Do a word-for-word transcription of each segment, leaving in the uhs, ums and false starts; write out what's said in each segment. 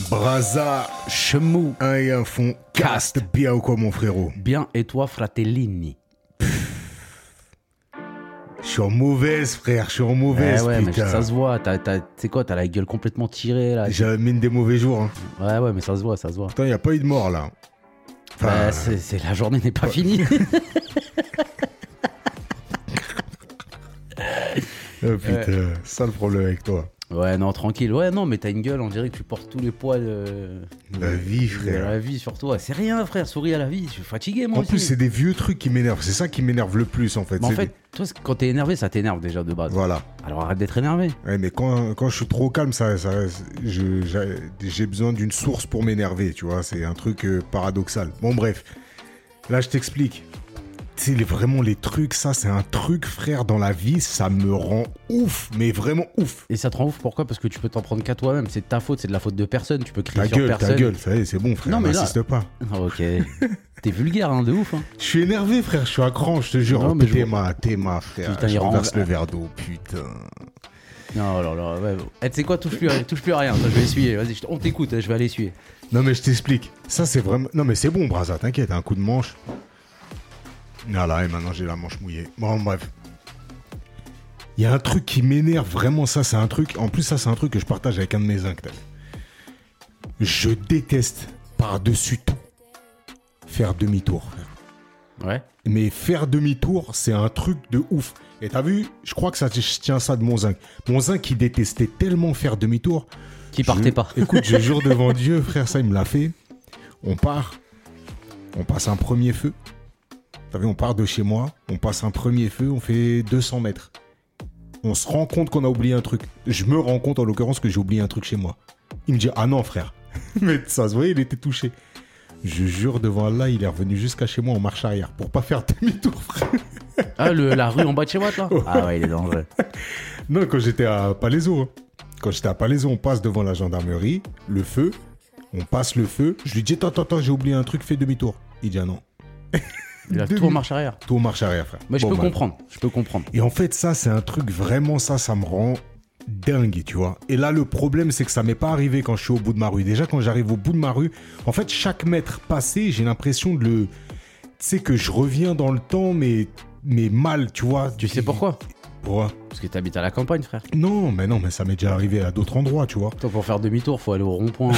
Braza, Chemou. un et un fond, cast. Bien ou quoi, mon frérot? Bien, et toi, fratellini? Je suis en mauvaise, frère, je suis en mauvaise, eh ouais, putain. mais ça se voit, t'as, t'as, t'sais quoi, t'as la gueule complètement tirée, là. J'ai la mine des mauvais jours. Hein. Ouais, ouais, mais ça se voit, ça se voit. Putain, il n'y a pas eu de mort, là. Enfin, bah, c'est, c'est, la journée n'est pas finie. Oh putain, ouais. Ça le problème avec toi. Ouais, non, tranquille. Ouais, non, mais t'as une gueule, on dirait que tu portes tous les poids de la vie, frère. De la vie sur toi. C'est rien, frère, souris à la vie. Je suis fatigué, moi en aussi. En plus, c'est des vieux trucs qui m'énervent. C'est ça qui m'énerve le plus, en fait. Mais en c'est fait, des... toi, quand t'es énervé, ça t'énerve déjà de base. Voilà. Alors arrête d'être énervé. Ouais, mais quand, quand je suis trop calme, ça, ça, je, j'ai, j'ai besoin d'une source pour m'énerver, tu vois. C'est un truc euh, paradoxal. Bon, bref. Là, je t'explique. Tu sais, vraiment, les trucs, ça, c'est un truc, frère, dans la vie, ça me rend ouf, mais vraiment ouf. Et ça te rend ouf, pourquoi? Parce que tu peux t'en prendre qu'à toi-même, c'est de ta faute, c'est de la faute de personne, tu peux crier ta sur gueule, personne. Ta gueule, ça y est, c'est bon, frère, non, mais n'insiste là... pas. Ok, t'es vulgaire, hein, de ouf. Hein. Je suis énervé, frère, je suis à cran, je te jure. Non, mais Théma, je... Théma, frère, putain, je renverse rend... le verre d'eau, putain. Non, là, là, ouais. Eh, tu sais quoi, touche plus, touche plus à rien, ça, je vais essuyer, vas-y, on t'écoute, je vais aller essuyer. Non, mais je t'explique, ça, c'est vraiment... Non, mais c'est bon, Braza, t'inquiète, un coup de manche... Voilà, et maintenant j'ai la manche mouillée. Bon, bref. Il y a un truc qui m'énerve, vraiment, ça, c'est un truc... En plus, ça, c'est un truc que je partage avec un de mes inctes. Je déteste, par-dessus tout, faire demi-tour, frère. Ouais. Mais faire demi-tour, c'est un truc de ouf. Et t'as vu, je crois que ça tient ça de mon zinc. Mon zinc, qui détestait tellement faire demi-tour... Qui partait je... pas. Écoute, je jure devant Dieu, frère, ça, il me l'a fait. On part, on passe un premier feu. T'as vu, on part de chez moi, on passe un premier feu, on fait deux cents mètres. On se rend compte qu'on a oublié un truc. Je me rends compte, en l'occurrence, que j'ai oublié un truc chez moi. Il me dit, ah non, frère. Mais ça se voyait, il était touché. Je jure devant Allah, il est revenu jusqu'à chez moi en marche arrière pour pas faire demi-tour, frère. Ah, le, la rue en bas de chez moi, là ouais. Ah ouais, il est dangereux. Non, quand j'étais à Palaiso, hein. Quand j'étais à Palaiso, on passe devant la gendarmerie, le feu, on passe le feu. Je lui dis, attends, attends, attends, j'ai oublié un truc, fais demi-tour. Il dit, ah non. Il a tout en marche arrière. Tout en marche arrière, frère. Mais je bon, peux mal. comprendre, je peux comprendre. Et en fait, ça, c'est un truc, vraiment, ça, ça me rend dingue, tu vois. Et là, le problème, c'est que ça m'est pas arrivé quand je suis au bout de ma rue. Déjà, quand j'arrive au bout de ma rue, en fait, chaque mètre passé, j'ai l'impression de le... Tu sais, que je reviens dans le temps, mais, mais mal, tu vois. Tu sais pourquoi? Pourquoi? Parce que t'habites à la campagne, frère. Non, mais non, mais ça m'est déjà arrivé à d'autres endroits, tu vois. Toi, pour faire demi-tour, faut aller au rond-point.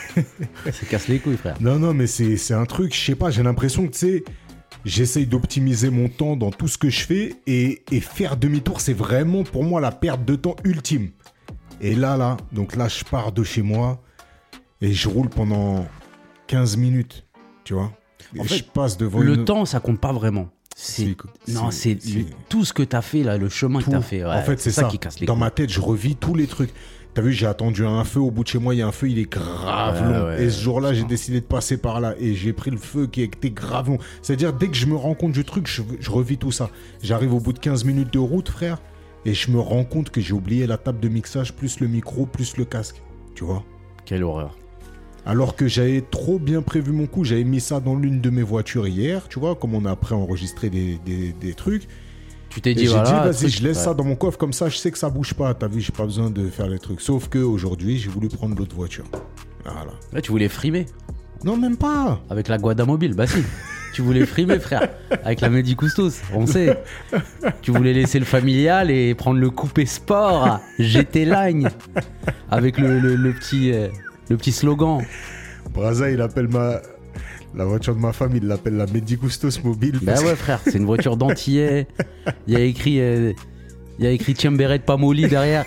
Ça casse les couilles, frère. Non, non, mais c'est, c'est un truc, je sais pas, j'ai l'impression que, tu sais... J'essaye d'optimiser mon temps dans tout ce que je fais et, et faire demi-tour, c'est vraiment pour moi la perte de temps ultime. Et là, là, donc là, je pars de chez moi et je roule pendant quinze minutes, tu vois. Et en fait, je passe devant le une... temps, ça compte pas vraiment. C'est... C'est, non, c'est, c'est... Le... tout ce que t'as fait, là, le chemin tout. que t'as fait. Ouais, en fait, c'est, c'est ça, ça qui casse les dans couilles. ma tête, je revis tous les trucs. T'as vu, j'ai attendu un feu au bout de chez moi, il y a un feu, il est grave ouais, long. Ouais, et ce jour-là, j'ai décidé de passer par là et j'ai pris le feu qui était grave long. C'est-à-dire, dès que je me rends compte du truc, je, je revis tout ça. J'arrive au bout de quinze minutes de route, frère, et je me rends compte que j'ai oublié la table de mixage, plus le micro, plus le casque. Tu vois? Quelle horreur. Alors que j'avais trop bien prévu mon coup, j'avais mis ça dans l'une de mes voitures hier, tu vois, comme on a après enregistré des, des, des trucs. Tu t'es dit, et j'ai voilà, dit, vas-y, truc, je laisse ouais. ça dans mon coffre, comme ça, je sais que ça bouge pas. T'as vu, j'ai pas besoin de faire les trucs. Sauf que aujourd'hui, j'ai voulu prendre l'autre voiture. Voilà. Là, tu voulais frimer. Non, même pas. Avec la Guada Mobile, bah si. Tu voulais frimer, frère. Avec la Medicustos, on sait. Tu voulais laisser le familial et prendre le coupé sport, G T Line. Avec le, le, le, petit, euh, le petit slogan. Braza, il appelle ma... La voiture de ma femme, il l'appelle la Medicustos mobile. Bah ouais, frère, c'est une voiture d'antillais. Il y a écrit, euh, il y a écrit Tiemberet Pamoli derrière.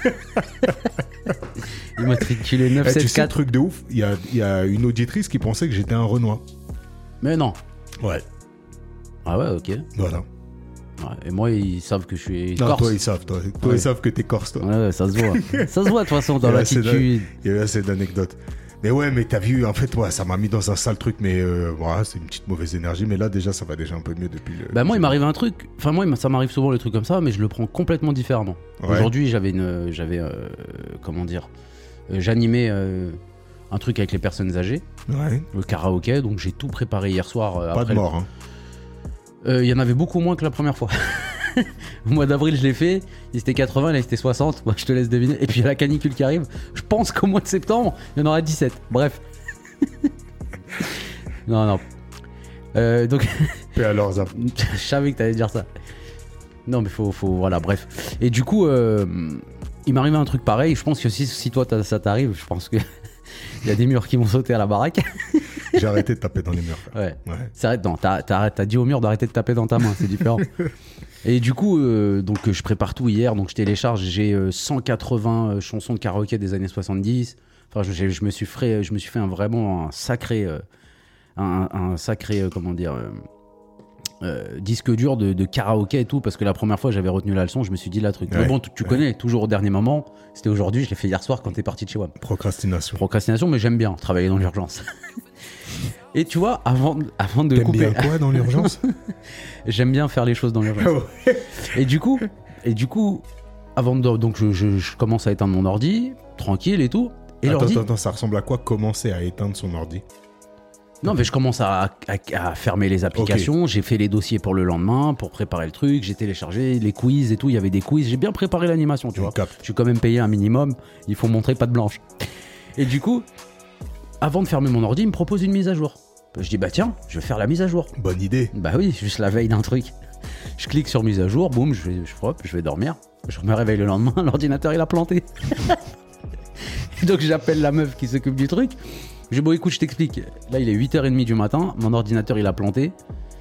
Immatriculé neuf cent soixante-quatorze. Eh, tu sais, truc de ouf, il y a, y a une auditrice qui pensait que j'étais un Renoir. Mais non. Ouais. Ah ouais, ok. Voilà. Ouais, et moi, ils savent que je suis non, corse. toi, ils savent. Toi, toi ouais. Ils savent que t'es corse, toi. Ouais, ouais, ça se voit. Ça se voit, de toute façon, dans l'attitude. Il y a eu assez d'anecdotes. Mais ouais, mais t'as vu, en fait, ouais, ça m'a mis dans un sale truc, mais euh, voilà, c'est une petite mauvaise énergie. Mais là, déjà, ça va déjà un peu mieux depuis. Le, bah, moi, il m'arrive un truc. Enfin, moi, ça m'arrive souvent les trucs comme ça, mais je le prends complètement différemment. Ouais. Aujourd'hui, j'avais une. J'avais. Euh, comment dire euh, J'animais euh, un truc avec les personnes âgées. Ouais. Le karaoké, donc j'ai tout préparé hier soir. Euh, Pas après de mort, le... hein. Il euh, y en avait beaucoup moins que la première fois. Au mois d'avril, je l'ai fait. Il était quatre-vingts, là, il était soixante. Moi, je te laisse deviner. Et puis, il y a la canicule qui arrive. Je pense qu'au mois de septembre, il y en aura dix-sept. Bref. non, non. Euh, donc. Et alors, ça. Je savais que t'allais dire ça. Non, mais faut. faut voilà, bref. Et du coup, euh, il m'arrive un truc pareil. Je pense que si, si toi, ça t'arrive, je pense que. Il y a des murs qui vont sauter à la baraque. J'ai arrêté de taper dans les murs. Ouais. ouais. C'est vrai, non, t'as, t'as, t'as dit au mur d'arrêter de taper dans ta main, c'est différent. Et du coup, euh, donc je prépare tout hier, donc je télécharge, j'ai euh, cent quatre-vingts chansons de karaoké des années soixante-dix. Enfin, je, je me suis fait, je me suis fait un, vraiment un sacré, euh, un, un sacré, euh, comment dire, euh, euh, disque dur de, de karaoké et tout, parce que la première fois j'avais retenu la leçon, je me suis dit là truc. Ouais. Mais bon, tu, tu ouais. connais, toujours au dernier moment. C'était aujourd'hui, je l'ai fait hier soir quand t'es parti de chez moi. Procrastination. Procrastination, mais j'aime bien travailler dans l'urgence. Et tu vois, avant, avant de T'aimes couper. T'aimes bien quoi dans l'urgence? J'aime bien faire les choses dans l'urgence. et du coup, et du coup, avant de, donc je, je, je commence à éteindre mon ordi, tranquille et tout. Et attends, l'ordi... attends, attends, ça ressemble à quoi commencer à éteindre son ordi? Non, mais je commence à, à, à fermer les applications. Okay. J'ai fait les dossiers pour le lendemain, pour préparer le truc. J'ai téléchargé les quiz et tout. Il y avait des quiz. J'ai bien préparé l'animation, tu vois. Cap. Je suis quand même payé un minimum. Il faut montrer patte blanche. Et du coup, avant de fermer mon ordi, il me propose une mise à jour. Je dis, bah tiens, je vais faire la mise à jour. Bonne idée. Bah oui, juste la veille d'un truc. Je clique sur mise à jour, boum, je vais, je, hop, je vais dormir. Je me réveille le lendemain, l'ordinateur il a planté. Donc j'appelle la meuf qui s'occupe du truc. Je dis, bon écoute, je t'explique. Là, il est huit heures trente du matin, mon ordinateur il a planté.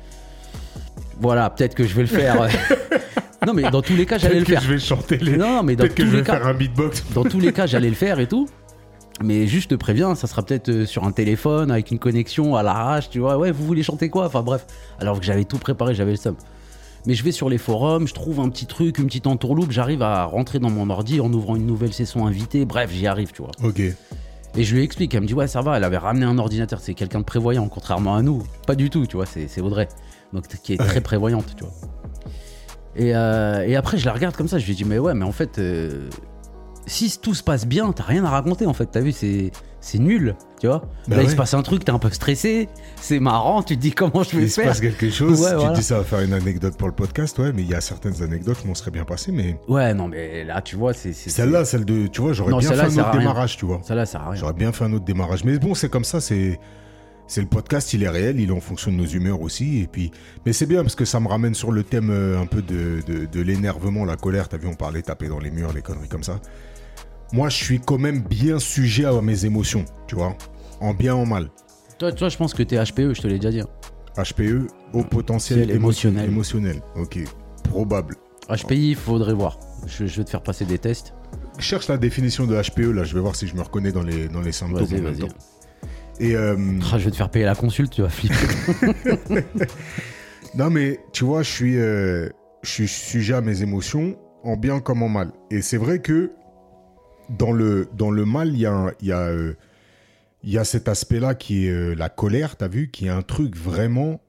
Voilà, peut-être que je vais le faire. Non, mais dans tous les cas, j'allais peut-être le faire. Que je vais chanter les. Non, mais dans peut-être tous que je les vais cas, faire un beatbox. Dans tous les cas, j'allais le faire et tout. Mais juste te préviens, ça sera peut-être sur un téléphone avec une connexion à l'arrache, tu vois. Ouais, vous voulez chanter quoi? Enfin bref. Alors que j'avais tout préparé, j'avais le seum. Mais je vais sur les forums, je trouve un petit truc, une petite entourloupe, j'arrive à rentrer dans mon ordi en ouvrant une nouvelle session invitée. Bref, j'y arrive, tu vois. Ok. Et je lui explique, elle me dit ouais, ça va, elle avait ramené un ordinateur, c'est quelqu'un de prévoyant, contrairement à nous. Pas du tout, tu vois, c'est, c'est Audrey, donc qui est très ouais. prévoyante, tu vois. Et, euh, et après, je la regarde comme ça, je lui dis mais ouais, mais en fait. Euh, si tout se passe bien, t'as rien à raconter en fait, t'as vu, c'est, c'est nul, tu vois. Bah Là, ouais. il se passe un truc, t'es un peu stressé, c'est marrant, tu te dis comment je vais il faire. Il se passe quelque chose, ouais, tu voilà. te dis ça va faire une anecdote pour le podcast, ouais, mais il y a certaines anecdotes qui m'en seraient bien passées, mais... Ouais, non, mais là, tu vois, c'est... c'est celle-là, celle de... Tu vois, j'aurais non, bien fait un autre démarrage, tu vois. Celle-là, ça sert à rien. J'aurais bien fait un autre démarrage, mais bon, c'est comme ça, c'est... C'est le podcast, il est réel, il est en fonction de nos humeurs aussi, et puis... Mais c'est bien, parce que ça me ramène sur le thème euh, un peu de, de, de l'énervement, la colère, t'as vu, on parlait taper dans les murs, les conneries comme ça. Moi, je suis quand même bien sujet à mes émotions, tu vois, en bien, en mal. Toi, toi je pense que t'es H P E, je te l'ai déjà dit. H P E, au potentiel émotionnel. Émotionnel, ok, probable. H P I, il faudrait voir. Je, je vais te faire passer des tests. Je cherche la définition de H P E, là, je vais voir si je me reconnais dans les, dans les symptômes. Vas-y, vas-y. Et euh... ah, je vais te faire payer la consulte, tu vas flipper. Non, mais tu vois, je suis, euh, je suis sujet à mes émotions, en bien comme en mal. Et c'est vrai que Dans le, dans le mal, il y a, y, a, euh, y a cet aspect-là qui est euh, la colère, t'as vu, qui est un truc vraiment...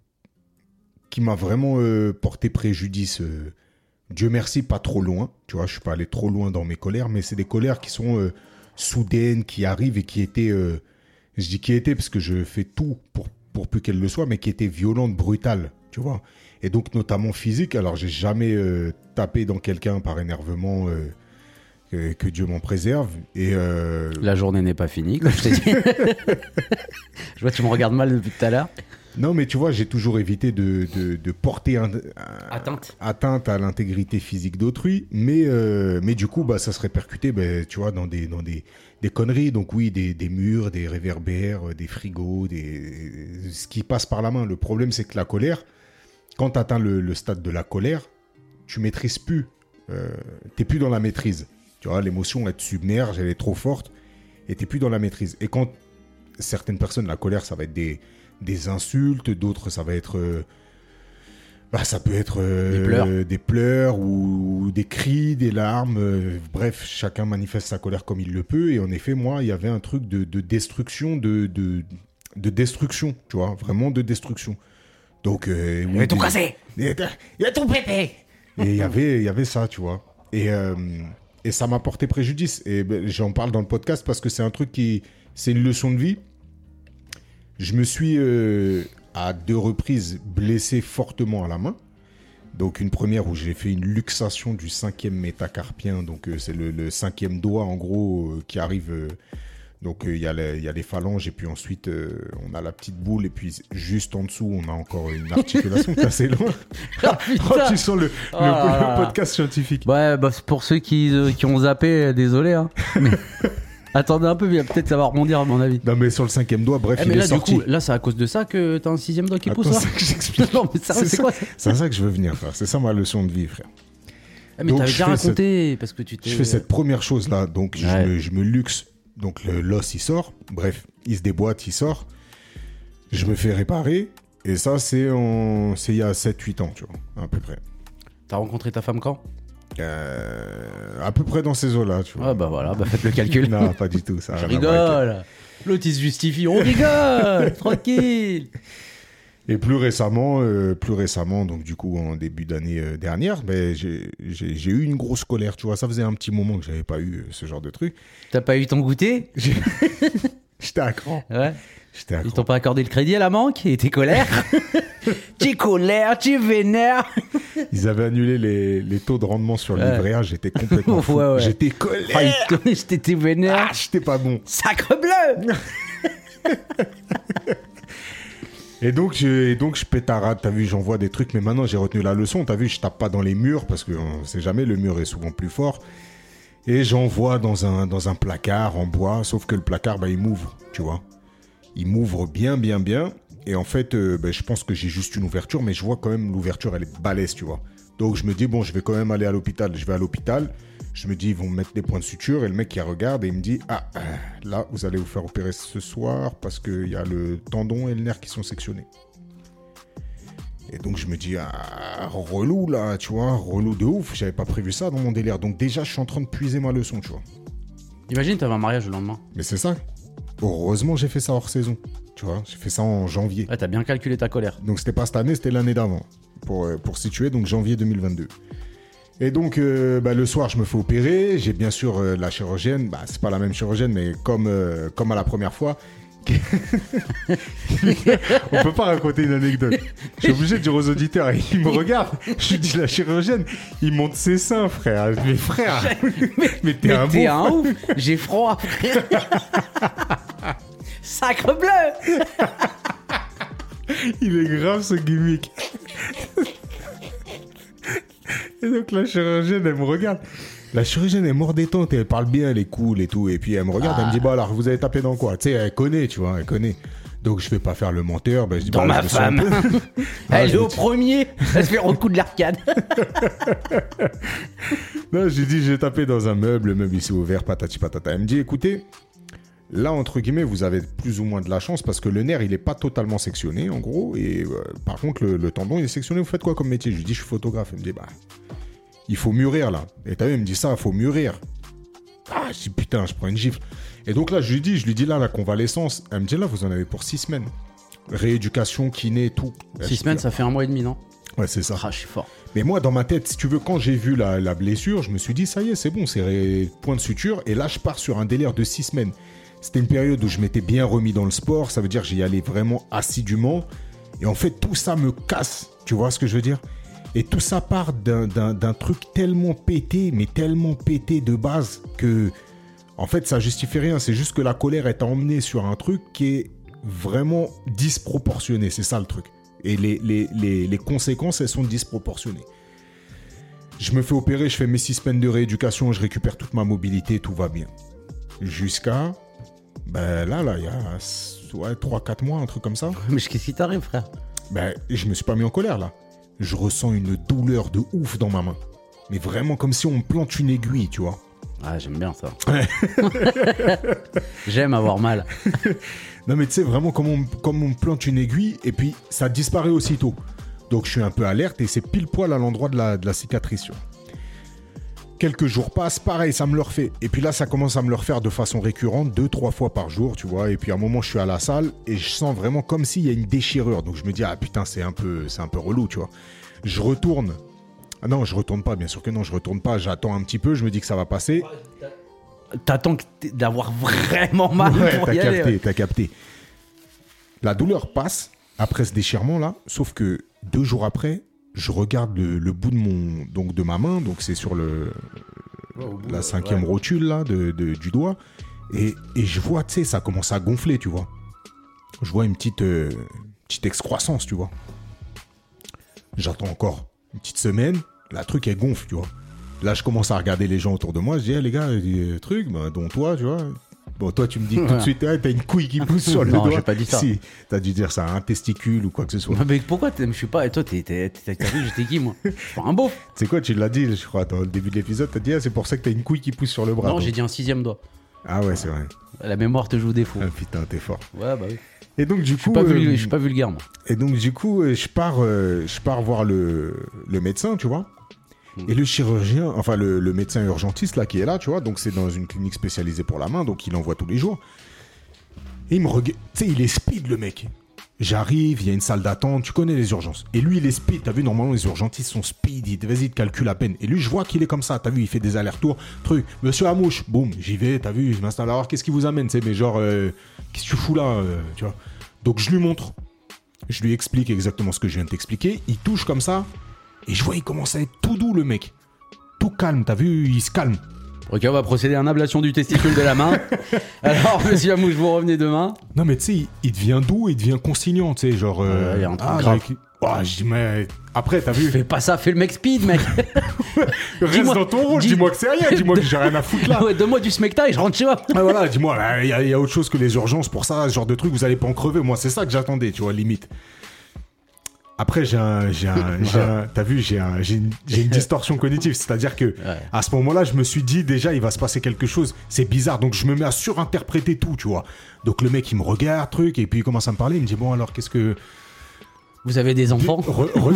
qui m'a vraiment euh, porté préjudice. Euh, Dieu merci, pas trop loin. Tu vois, je suis pas allé trop loin dans mes colères, mais c'est des colères qui sont euh, soudaines, qui arrivent et qui étaient... Euh, je dis qui étaient parce que je fais tout pour, pour plus qu'elles le soient, mais qui étaient violentes, brutales, tu vois. Et donc, notamment physiques. Alors, j'ai jamais euh, tapé dans quelqu'un par énervement... Euh, Que, que Dieu m'en préserve. Et euh... La journée n'est pas finie, comme je t'ai dit. Je vois que tu me regardes mal depuis tout à l'heure. Non, mais tu vois, j'ai toujours évité de, de, de porter un, un, atteinte. atteinte à l'intégrité physique d'autrui. Mais, euh, mais du coup, bah, ça se répercutait bah, tu vois, dans, des, dans des, des conneries. Donc oui, des, des murs, des réverbères, des frigos, des... ce qui passe par la main. Le problème, c'est que la colère, quand tu atteins le, le stade de la colère, tu maîtrises plus. Euh, tu n'es plus dans la maîtrise. Tu vois, l'émotion, elle te submerge, elle est trop forte et t'es plus dans la maîtrise. Et quand certaines personnes, la colère, ça va être des, des insultes, d'autres, ça va être... Euh, bah, ça peut être euh, des pleurs, des pleurs ou, ou des cris, des larmes. Euh, bref, chacun manifeste sa colère comme il le peut. Et en effet, moi, il y avait un truc de, de destruction, de, de, de destruction, tu vois, vraiment de destruction. Donc... Euh, il oui, va tout casser. Il va tout péter. Et il y avait, il y avait ça, tu vois. Et... Euh, Et ça m'a porté préjudice. Et ben, j'en parle dans le podcast parce que c'est un truc qui... C'est une leçon de vie. Je me suis, euh, à deux reprises, blessé fortement à la main. Donc une première où j'ai fait une luxation du cinquième métacarpien, donc euh, c'est le, le cinquième doigt en gros euh, qui arrive. Euh, donc il euh, y, y a les phalanges et puis ensuite euh, on a la petite boule et puis juste en dessous on a encore une articulation qui est assez loin. Ah, Oh, tu sens le, Oh le, là là. le podcast scientifique. Ouais, bah, pour ceux qui, euh, qui ont zappé, désolé. Hein. Mais... Attendez un peu, mais peut-être ça va rebondir à mon avis. Non mais sur le cinquième doigt, bref, Eh, il mais est là, sorti. du coup, là, c'est à cause de ça que t'as un sixième doigt qui pousse, Attends, là c'est que j'explique. Non, mais sérieux, C'est c'est ça. quoi ça C'est à ça que je veux venir, frère. C'est ça ma leçon de vie, frère. Ah, mais Donc, t'avais je déjà fais raconté, parce que tu t'es... Je fais cette première chose là, donc je, Ouais. me, je me luxe, donc le- l'os il sort, bref, il se déboîte, il sort, je me fais réparer, et ça c'est en... c'est il y a sept huit ans, tu vois, à peu près. T'as rencontré ta femme quand? Euh, à peu près dans ces eaux-là, tu vois. Ah bah voilà, bah faites le calcul. Non, pas du tout, ça. a Je rien à voir avec- rigole. L'autre, il se justifie. On rigole. Tranquille. Et plus récemment, euh, plus récemment, donc du coup en début d'année euh, dernière, ben, j'ai j'ai- j'ai eu une grosse colère, tu vois, ça faisait un petit moment que j'avais pas eu euh, ce genre de truc. T'as pas eu ton goûter? J'ai- J'étais à cran. Ouais. J'étais à Ils cran. t'ont pas accordé le crédit à la banque et t'es colère? Tu es colère, tu es vénère. Ils avaient annulé les, les taux de rendement sur le Ouais. livret A, j'étais complètement fou. Ouais, ouais. J'étais Ah, colère. ils t'ont- J'étais vénère. Ah, j'étais pas bon. Sacre bleu. Et donc, je, et donc je pétarade, t'as vu, j'envoie des trucs, mais maintenant j'ai retenu la leçon, t'as vu, je tape pas dans les murs, parce que on sait jamais, le mur est souvent plus fort. Et j'envoie dans un, dans un placard en bois, sauf que le placard, bah, il m'ouvre, tu vois. Il m'ouvre bien, bien, bien. Et en fait, euh, bah, je pense que j'ai juste une ouverture, mais je vois quand même l'ouverture, elle est balèze, tu vois. Donc je me dis, bon, je vais quand même aller à l'hôpital. Je vais à l'hôpital, je me dis, ils vont me mettre des points de suture, et le mec, il regarde et il me dit, ah, euh, là, vous allez vous faire opérer ce soir, parce qu'il y a le tendon et le nerf qui sont sectionnés. Et donc je me dis, ah, relou là, tu vois, relou de ouf, j'avais pas prévu ça dans mon délire. Donc déjà, je suis en train de puiser ma leçon, tu vois. Imagine, t'avais un mariage le lendemain. Mais c'est ça. Heureusement, j'ai fait ça hors saison, tu vois. J'ai fait ça en janvier. Ouais, t'as bien calculé ta colère. Donc c'était pas cette année, c'était l'année d'avant, pour, euh, pour situer, donc janvier deux mille vingt-deux. Et donc, euh, bah, le soir, je me fais opérer. J'ai bien sûr euh, la chirurgienne, bah, c'est pas la même chirurgienne, mais comme, euh, comme à la première fois. On peut pas raconter une anecdote. Je suis obligé de dire aux auditeurs, ils me regardent. Je lui dis, la chirurgienne, il monte ses seins, frère. Mais frère, mais t'es Mais un t'es bon. un ouf. J'ai froid, frère. Sacre bleu. Il est grave ce gimmick. Et donc la chirurgienne, elle me regarde. La chirurgienne est mordétante et elle parle bien, elle est cool et tout. Et puis elle me regarde, Ah. elle me dit, bah alors, vous avez tapé dans quoi? Tu sais, elle connaît, tu vois, elle connaît. Donc je vais pas faire le menteur. Ben, je dis, Dans bah, ma je me suis un femme. peu- Ah, Elle je est me au dis- premier. Elle se fait recoudre l'arcade. Non, j'ai dit, j'ai tapé dans un meuble, le meuble ici ouvert, patati patata. Elle me dit, écoutez, là, entre guillemets, vous avez plus ou moins de la chance parce que le nerf, il est pas totalement sectionné, en gros. Et euh, par contre, le, le tendon, il est sectionné. Vous faites quoi comme métier? Je lui dis, je suis photographe. Elle me dit, bah, il faut mûrir, là. Et t'as vu, elle me dit ça, il faut mûrir. Ah, je dis, putain, je prends une gifle. Et donc là, je lui dis, je lui dis, là, la convalescence. Elle me dit, là, vous en avez pour six semaines. Rééducation, kiné, tout. Six semaines, ça fait un mois et demi, non? Ouais, c'est ça. Ah, je suis fort. Mais moi, dans ma tête, si tu veux, quand j'ai vu la, la blessure, je me suis dit, ça y est, c'est bon, c'est ré- point de suture. Et là, je pars sur un délire de six semaines. C'était une période où je m'étais bien remis dans le sport. Ça veut dire que j'y allais vraiment assidûment. Et en fait, tout ça me casse. Tu vois ce que je veux dire? Et tout ça part d'un, d'un, d'un truc tellement pété, mais tellement pété de base que, en fait, ça justifie rien. C'est juste que la colère est emmenée sur un truc qui est vraiment disproportionné. C'est ça le truc. Et les, les, les, les conséquences, elles sont disproportionnées. Je me fais opérer, je fais mes six semaines de rééducation, je récupère toute ma mobilité, tout va bien. Jusqu'à... Ben là, là, il y a ouais, trois quatre mois, un truc comme ça. Mais qu'est-ce qui t'arrive, frère? Ben, je me suis pas mis en colère, là. Je ressens une douleur de ouf dans ma main. Mais vraiment comme si on me plante une aiguille, tu vois. Ah, j'aime bien ça. J'aime avoir mal. Non, mais tu sais, vraiment comme on, comme on me plante une aiguille, et puis ça disparaît aussitôt. Donc je suis un peu alerte, et c'est pile poil à l'endroit de la, de la cicatrice. Tu vois. Quelques jours passent, pareil, ça me le refait. Et puis là, ça commence à me le refaire de façon récurrente, deux, trois fois par jour, tu vois. Et puis à un moment, je suis à la salle, et je sens vraiment comme s'il y a une déchirure. Donc je me dis, ah putain, c'est un peu, c'est un peu relou, tu vois. Je retourne. Ah non, je retourne pas, bien sûr que non, je retourne pas. J'attends un petit peu, je me dis que ça va passer. T'attends que t'aies- d'avoir vraiment mal Ouais, pour t'as y aller. capté, ouais. t'as capté. La douleur passe après ce déchirement-là, sauf que deux jours après, je regarde le, le bout de mon, donc de ma main, donc c'est sur le, Oh, la cinquième ouais. rotule là de, de, du doigt, et, et je vois, tu sais, ça commence à gonfler, tu vois. Je vois une petite, euh, petite excroissance, tu vois. J'attends encore une petite semaine, la truc elle gonfle, tu vois. Là, je commence à regarder les gens autour de moi, je dis, hey, les gars, des trucs, bah, dont toi, tu vois. Bon, toi, tu me dis ouais. tout de suite, hey, t'as une couille qui pousse sur le non, doigt. Non, j'ai pas dit ça. Si, t'as dû dire ça, un testicule ou quoi que ce soit. Mais pourquoi je suis pas. Et toi, t'es, t'es, t'es, t'as vu, j'étais qui, moi? Je suis pas un beauf. Tu sais quoi, tu l'as dit, je crois, dans le début de l'épisode, t'as dit, ah, c'est pour ça que t'as une couille qui pousse sur le bras. Non, donc. j'ai dit un sixième doigt. Ah ouais, c'est vrai. La mémoire te joue des fous. Ah, putain, t'es fort. Ouais, bah oui. Et donc, du je suis coup. Pas euh, vulgaire, je suis pas vulgaire, moi. Et donc, du coup, je pars, euh, je pars voir le, le médecin, tu vois. Et le chirurgien, enfin le, le médecin urgentiste là qui est là, tu vois, donc c'est dans une clinique spécialisée pour la main, donc il en voit tous les jours. Et il me regarde, tu sais, il est speed le mec. J'arrive, il y a une salle d'attente, tu connais les urgences. Et lui, il est speed, t'as vu, normalement les urgentistes sont speed, il, vas-y, il te calcule à peine. Et lui, je vois qu'il est comme ça, t'as vu, il fait des allers-retours, truc. Monsieur Amouche, boum, j'y vais, t'as vu, je m'installe. Alors qu'est-ce qui vous amène, tu sais, mais genre, euh, qu'est-ce que tu fous là, euh, tu vois. Donc je lui montre, je lui explique exactement ce que je viens de t'expliquer, il touche comme ça. Et je vois, il commence à être tout doux, le mec. Tout calme, t'as vu, il se calme. Ok, on va procéder à une ablation du testicule de la main. Alors, monsieur Amouche, vous revenez demain. Non, mais tu sais, il, il devient doux, il devient conciliant, tu sais, genre... Euh, ouais, il y a un truc ah, grave. Avec... Oh, je dis, mais... Après, t'as vu... Fais pas ça, fais le mec speed, mec. Reste dis-moi, dans ton rôle, dis... dis-moi que c'est rien, dis-moi que j'ai rien à foutre là. Ouais, donne-moi du smecta et je rentre chez moi. Ah, voilà, dis-moi, il y, y a autre chose que les urgences pour ça, ce genre de truc, vous allez pas en crever. Moi, c'est ça que j'attendais, tu vois, limite. Après, j'ai un, j'ai un, j'ai un, t'as vu, j'ai un, j'ai une, j'ai une distorsion cognitive, c'est-à-dire que ouais. à ce moment-là, je me suis dit déjà, il va se passer quelque chose, c'est bizarre, donc je me mets à surinterpréter tout, tu vois. Donc le mec, il me regarde, truc, et puis il commence à me parler, il me dit bon alors, qu'est-ce que vous avez des enfants? Re, re...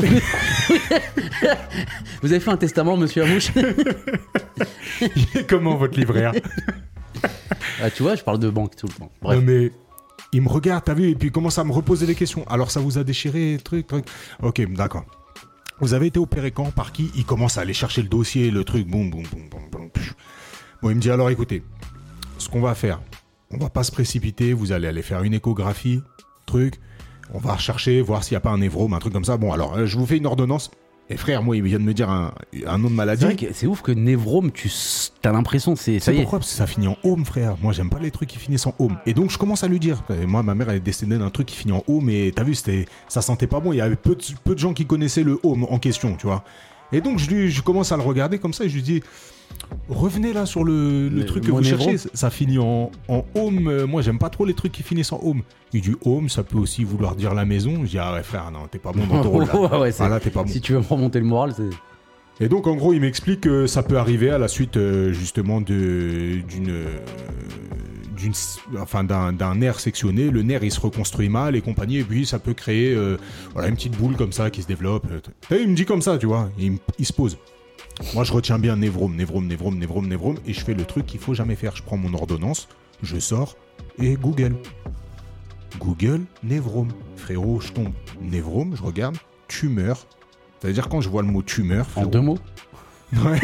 Vous avez fait un testament, monsieur Amouche? Comment votre livret A? Ah, tu vois, je parle de banque tout le temps. Bref. Non mais. Il me regarde, t'as vu, et puis il commence à me reposer des questions. Alors ça vous a déchiré, truc, truc. Ok, d'accord. Vous avez été opéré quand, par qui? Il commence à aller chercher le dossier, le truc, boum, boum, boum, boum, boum. Bon, il me dit alors écoutez, ce qu'on va faire, on va pas se précipiter, vous allez aller faire une échographie, truc. On va rechercher, voir s'il n'y a pas un névrome, un truc comme ça. Bon, alors, euh, je vous fais une ordonnance. Et frère, moi, il vient de me dire un, un nom de maladie. C'est, vrai que c'est ouf que névrome, tu as l'impression que c'est... C'est pourquoi? Parce que ça finit en home, frère. Moi, j'aime pas les trucs qui finissent en home. Et donc, je commence à lui dire. Et moi, ma mère, elle est décédée d'un truc qui finit en home. Et t'as vu, c'était, ça sentait pas bon. Il y avait peu de, peu de gens qui connaissaient le home en question, tu vois. Et donc, je, lui, je commence à le regarder comme ça. Et je lui dis, revenez là sur le, le truc que vous névrome. cherchez. Ça finit en, en home. Moi, j'aime pas trop les trucs qui finissent en home. Il dit home, ça peut aussi vouloir dire la maison. Je dis, ah ouais, frère, non, t'es pas bon dans ton rôle là. ouais, ah, là, t'es pas bon. Si tu veux me remonter le moral, c'est... Et donc, en gros, il m'explique que ça peut arriver à la suite, euh, justement, de, d'une, euh, d'une, enfin, d'un, d'un nerf sectionné. Le nerf, il se reconstruit mal et compagnie. Et puis, ça peut créer euh, voilà, une petite boule comme ça qui se développe. Et il me dit comme ça, tu vois. Il, il se pose. Moi, je retiens bien névrome, névrome, névrome, névrome, névrome. Et je fais le truc qu'il faut jamais faire. Je prends mon ordonnance, je sors et Google. Google, névrome. Frérot, je tombe. Névrome, je regarde. Tumeur. C'est-à-dire quand je vois le mot tumeur... En deux mots. Ouais.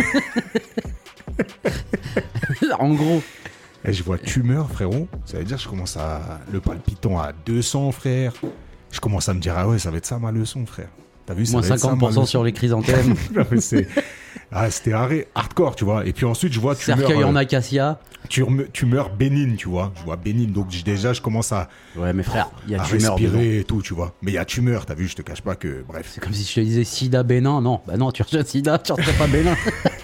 En gros. Et je vois tumeur, frérot. Ça veut dire que je commence à... Le palpitant à deux cents, frère. Je commence à me dire, ah ouais, ça va être ça ma leçon, frère. T'as vu, ça moins cinquante pour cent sur les chrysanthèmes. c'est... Ah, c'était arrêt, hardcore, tu vois. Et puis ensuite, je vois tumeur... Cercueil en euh... acacia. Tumeur, tumeur bénigne, tu vois. Je vois bénigne, donc déjà, je commence à... Ouais, mais frère, il y a à tumeur respirer dedans. Et tout, tu vois. Mais il y a tumeur, t'as vu, je te cache pas que... Bref. C'est comme si je te disais sida bénin. Non, bah non, tu rejettes sida, tu rejettes pas bénin.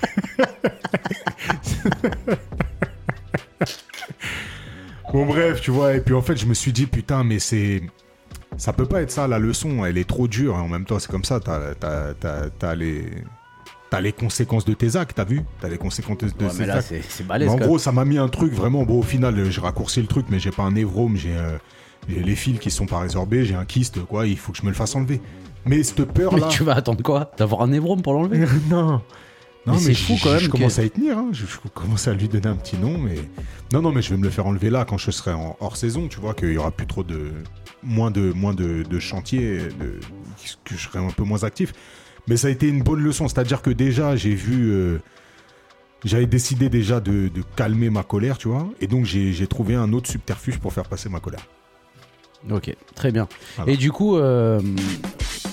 Bon, bref, tu vois. Et puis en fait, je me suis dit, putain, mais c'est... Ça peut pas être ça, la leçon, elle est trop dure. Hein. En même temps, c'est comme ça, t'as, t'as, t'as, t'as les... T'as les conséquences de tes actes, t'as vu? T'as les conséquences de, de ouais, tes mais là, actes. C'est, c'est balèze, mais en quoi. gros, ça m'a mis un truc vraiment... Bon, au final, j'ai raccourci le truc, mais j'ai pas un névrome, j'ai, euh, j'ai les fils qui sont pas résorbés, j'ai un kyste, quoi, il faut que je me le fasse enlever. Mais cette peur-là... Mais tu vas attendre quoi? D'avoir un névrome pour l'enlever? Non. Non, mais, mais c'est fou quand même. Je que... commence à y tenir, hein. je, je commence à lui donner un petit nom, mais... Non, non, mais je vais me le faire enlever là, quand je serai en hors saison, tu vois, qu'il y aura plus trop de... Moins de, moins de, de chantier, de... que je serai un peu moins actif. Mais ça a été une bonne leçon, c'est-à-dire que déjà, j'ai vu... Euh... J'avais décidé déjà de, de calmer ma colère, tu vois, et donc j'ai, j'ai trouvé un autre subterfuge pour faire passer ma colère. Ok, très bien. Voilà. Et du coup... Euh...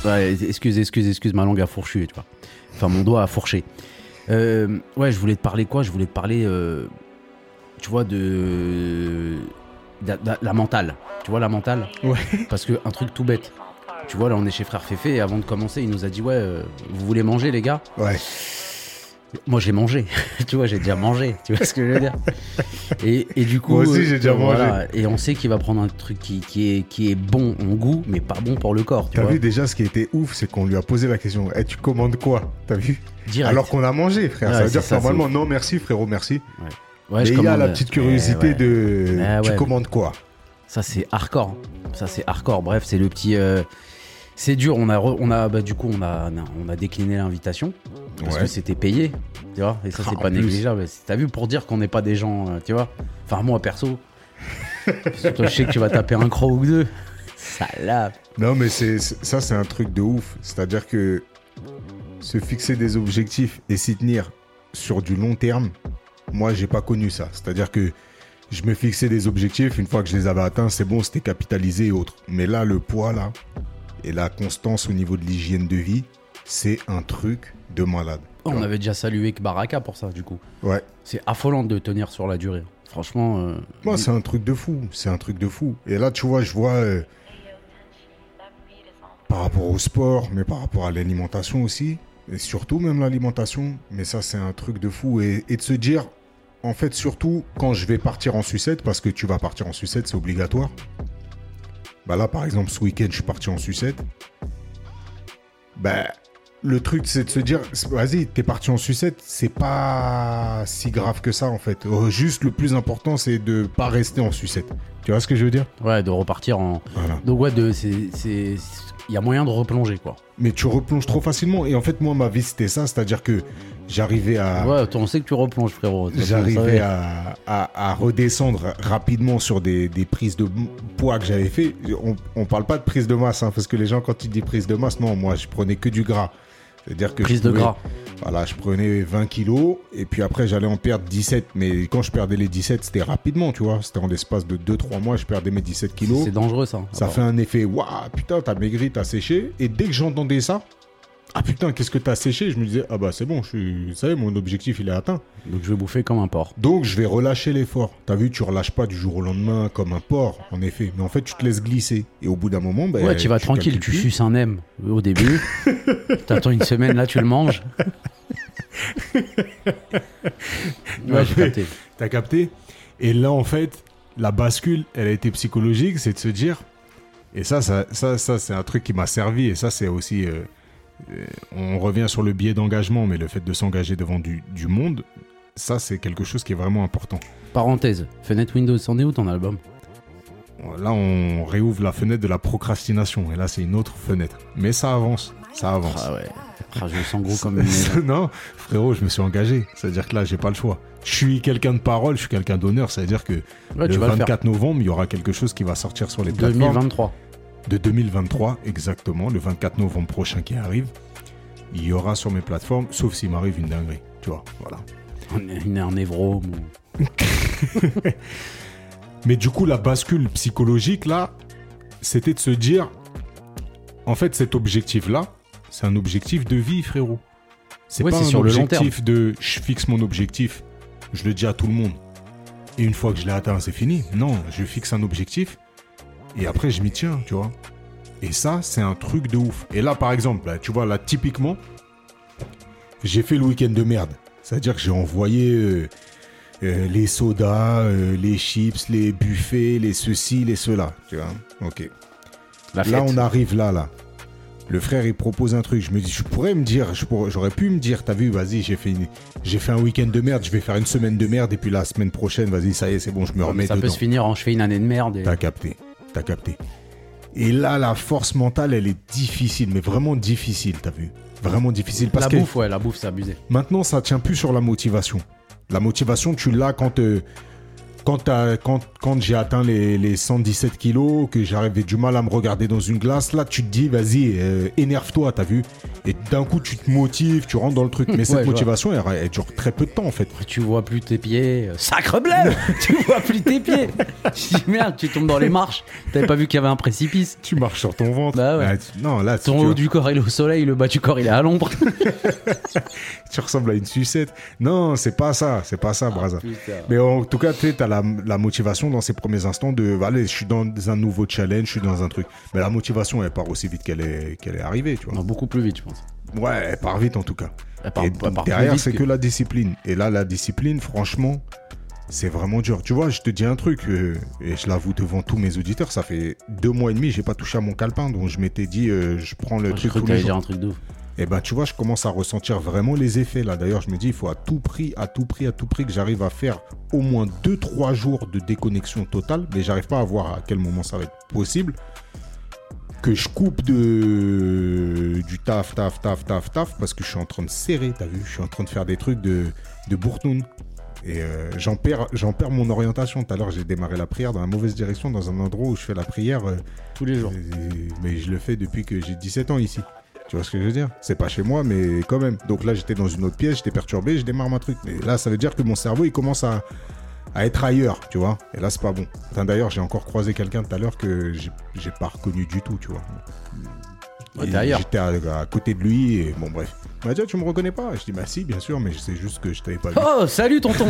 Ouais, excuse, excuse, excuse, ma langue a fourchu, tu vois. Enfin, mon doigt a fourché. Euh, ouais, je voulais te parler quoi ? Je voulais te parler, euh, tu vois, de... de, de la mentale. Tu vois, la mentale ? Ouais. Parce que un truc tout bête. Tu vois, là, on est chez Frère Féfé et avant de commencer, il nous a dit, ouais, euh, vous voulez manger, les gars ? Ouais. Moi, j'ai mangé. Tu vois, j'ai déjà mangé. Tu vois ce que je veux dire ? Et, et du coup, Moi aussi, j'ai déjà euh, voilà. mangé. Et on sait qu'il va prendre un truc qui, qui, est, qui est bon en goût, mais pas bon pour le corps. Tu T'as vois ? vu déjà ce qui était ouf, c'est qu'on lui a posé la question. Eh, tu commandes quoi ? T'as vu ? Direct. Alors qu'on a mangé, frère. Ouais, ça veut c'est dire que ça, normalement, c'est non merci, frérot, merci. Ouais. Ouais, Mais je il y a commande, la petite curiosité eh ouais. de Eh tu ouais. commandes quoi ? Ça, c'est hardcore. Ça, c'est hardcore. Bref, c'est le petit. Euh... C'est dur. On a, re... on a, bah, du coup, on a, on a décliné l'invitation parce Ouais. que c'était payé, tu vois. Et ça, Ah, c'est en pas plus. négligeable. T'as vu, pour dire qu'on n'est pas des gens, euh, tu vois. Enfin, moi, perso. Toi, je sais que tu vas taper un croc ou deux. Salope. Non, mais c'est c'est- ça, c'est un truc de ouf. C'est-à-dire que se fixer des objectifs et s'y tenir sur du long terme, moi, j'ai pas connu ça. C'est-à-dire que je me fixais des objectifs, une fois que je les avais atteints, c'est bon, c'était capitalisé et autres. Mais là, le poids, là, et la constance au niveau de l'hygiène de vie, c'est un truc de malade. Oh, on avait déjà salué que Baraka pour ça, du coup. Ouais. C'est affolant de tenir sur la durée. Franchement. Euh... Moi, c'est un truc de fou. C'est un truc de fou. Et là, tu vois, je vois euh, par rapport au sport, mais par rapport à l'alimentation aussi, et surtout même l'alimentation. Mais ça, c'est un truc de fou. Et, et de se dire, en fait, surtout quand je vais partir en sucette, parce que tu vas partir en sucette, c'est obligatoire. Bah là, par exemple, ce week-end, je suis parti en sucette. Bah, le truc, c'est de se dire, vas-y, t'es parti en sucette, c'est pas si grave que ça, en fait. Euh, juste, le plus important, c'est de pas rester en sucette. Tu vois ce que je veux dire ? Ouais, de repartir en. Voilà. Donc, ouais, de, c'est, c'est, il y a moyen de replonger, quoi. Mais tu replonges trop facilement. Et en fait, moi, ma vie, c'était ça. C'est-à-dire que j'arrivais à... Ouais, on sait que tu replonges, frérot. J'arrivais à, à, à redescendre rapidement sur des, des prises de poids que j'avais fait. On, on parle pas de prise de masse, hein, parce que les gens, quand ils disent prise de masse, non, moi, je prenais que du gras. C'est-à-dire que Prise je de pouvais- gras. Voilà, je prenais vingt kilos et puis après, j'allais en perdre dix-sept. Mais quand je perdais les dix-sept, c'était rapidement, tu vois. C'était en l'espace de deux trois mois, je perdais mes dix-sept kilos. C'est dangereux, ça. Ça Alors, fait un effet, waouh, putain, t'as maigri, t'as séché. Et dès que j'entendais ça, ah putain, qu'est-ce que t'as séché ? Je me disais, ah bah c'est bon, je suis, ça y est, mon objectif, il est atteint. Donc, je vais bouffer comme un porc. Donc je vais relâcher l'effort. T'as vu, tu relâches pas du jour au lendemain comme un porc, en effet. Mais en fait, tu te laisses glisser. Et au bout d'un moment, ben, Ouais, tu vas tranquille, tu calcules plus. suces un M au début. T'attends une semaine, là, tu le manges. Ouais, j'ai capté. T'as capté ? Et là, en fait, la bascule, elle a été psychologique, c'est de se dire, et ça, ça, ça, ça c'est un truc qui m'a servi, et ça, c'est aussi, euh, euh, on revient sur le biais d'engagement, mais le fait de s'engager devant du, du monde, ça, c'est quelque chose qui est vraiment important. Parenthèse, fenêtre Windows, c'en est où ton album ? Là, on réouvre la fenêtre de la procrastination, et là, c'est une autre fenêtre. Mais ça avance, ça avance. Ah ouais, ah, je le sens gros comme une maison. Non, frérot, je me suis engagé, c'est-à-dire que là, j'ai pas le choix. Je suis quelqu'un de parole, je suis quelqu'un d'honneur, c'est-à-dire que Ouais, le tu vas le faire. vingt-quatre novembre, il y aura quelque chose qui va sortir sur les deux mille plateformes. vingt-trois. De deux mille vingt-trois, exactement, le vingt-quatre novembre prochain qui arrive, il y aura sur mes plateformes, sauf s'il m'arrive une dinguerie, tu vois, voilà. On est un névrome. ou- Mais du coup, la bascule psychologique, là, c'était de se dire, en fait, cet objectif-là, c'est un objectif de vie, frérot. C'est Ouais, pas c'est un sur le long objectif de je fixe mon objectif, je le dis à tout le monde. Et une fois que je l'ai atteint, c'est fini. Non, je fixe un objectif et après, je m'y tiens, tu vois. Et ça, c'est un truc de ouf. Et là, par exemple, là, tu vois, là, typiquement, j'ai fait le week-end de merde. C'est-à-dire que j'ai envoyé euh, euh, les sodas, euh, les chips, les buffets, les ceci, les cela, tu vois. Ok. La fête. Là, on arrive là, là. Le frère, il propose un truc. Je me dis, je pourrais me dire, je pourrais- j'aurais pu me dire, t'as vu, vas-y, j'ai fait, une- j'ai fait un week-end de merde, je vais faire une semaine de merde, et puis la semaine prochaine, vas-y, ça y est, c'est bon, je me remets Ça dedans. peut se finir en je fais une année de merde. Et... T'as capté, t'as capté. Et là, la force mentale, elle est difficile, mais vraiment difficile, t'as vu. Vraiment difficile. Parce La que bouffe, ouais, la bouffe, c'est abusé. maintenant, ça tient plus sur la motivation. La motivation, tu l'as quand... euh, Quand, t'as- quand, quand j'ai atteint les, les cent dix-sept kilos, que j'avais du mal à me regarder dans une glace, là, tu te dis, vas-y, euh, énerve-toi, t'as vu ? Et d'un coup, tu te motives, tu rentres dans le truc. Mais cette Ouais, je motivation, elle, elle dure très peu de temps, en fait. Tu vois plus tes pieds. Sacre bleu. Tu vois plus tes pieds. Je dis merde, tu tombes dans les marches. T'avais pas vu qu'il y avait un précipice. Tu marches sur ton ventre. Bah ouais. Ah, tu- non, là, tu, Ton tu- haut du corps il est au soleil, le bas du corps il est à l'ombre. tu ressembles à une sucette. Non, c'est pas ça. C'est pas ça, Braza. Putain. Mais en tout cas, tu sais, t'as la, la motivation dans ces premiers instants de, allez, je suis dans un nouveau challenge, je suis dans un truc. Mais la motivation, elle part aussi vite qu'elle est, qu'elle est arrivée, tu vois. Non, beaucoup plus vite, je pense. Ouais, elle part vite en tout cas. Elle part- Et elle part plus derrière, vite c'est que... que- la discipline. Et là, la discipline, franchement, c'est vraiment dur. Tu vois, je te dis un truc, euh, et je l'avoue devant tous mes auditeurs, ça fait deux mois et demi, j'ai pas touché à mon calepin, donc je m'étais dit, euh, je prends le J'ai truc cru tous que les t'allais dire jours. un truc de ouf. Et ben, tu vois, je commence à ressentir vraiment les effets là. D'ailleurs, je me dis, il faut à tout prix, à tout prix, à tout prix que j'arrive à faire au moins deux trois jours de déconnexion totale, mais j'arrive pas à voir à quel moment ça va être possible. Que je coupe de du taf, taf, taf, taf, taf, parce que je suis en train de serrer, t'as vu, je suis en train de faire des trucs de, de bourtoun. Et euh, j'en perds, j'en perds mon orientation. Tout à l'heure, j'ai démarré la prière dans la mauvaise direction, dans un endroit où je fais la prière euh, Tous les jours. et- mais je le fais depuis que j'ai dix-sept ans ici. Tu vois ce que je veux dire? C'est pas chez moi, mais quand même. Donc là, j'étais dans une autre pièce, j'étais perturbé, je démarre ma truc. Mais là, ça veut dire que mon cerveau, il commence à, à être ailleurs, tu vois. Et là, c'est pas bon. Enfin, d'ailleurs, j'ai encore croisé quelqu'un tout à l'heure que j'ai j'ai pas reconnu du tout, tu vois. Ouais, Et t'es ailleurs. J'étais à, à côté de lui et bon, bref. Il m'a dit, ah, tu me reconnais pas? Je dis, bah si, bien sûr, mais c'est juste que je t'avais pas vu. Oh, salut tonton.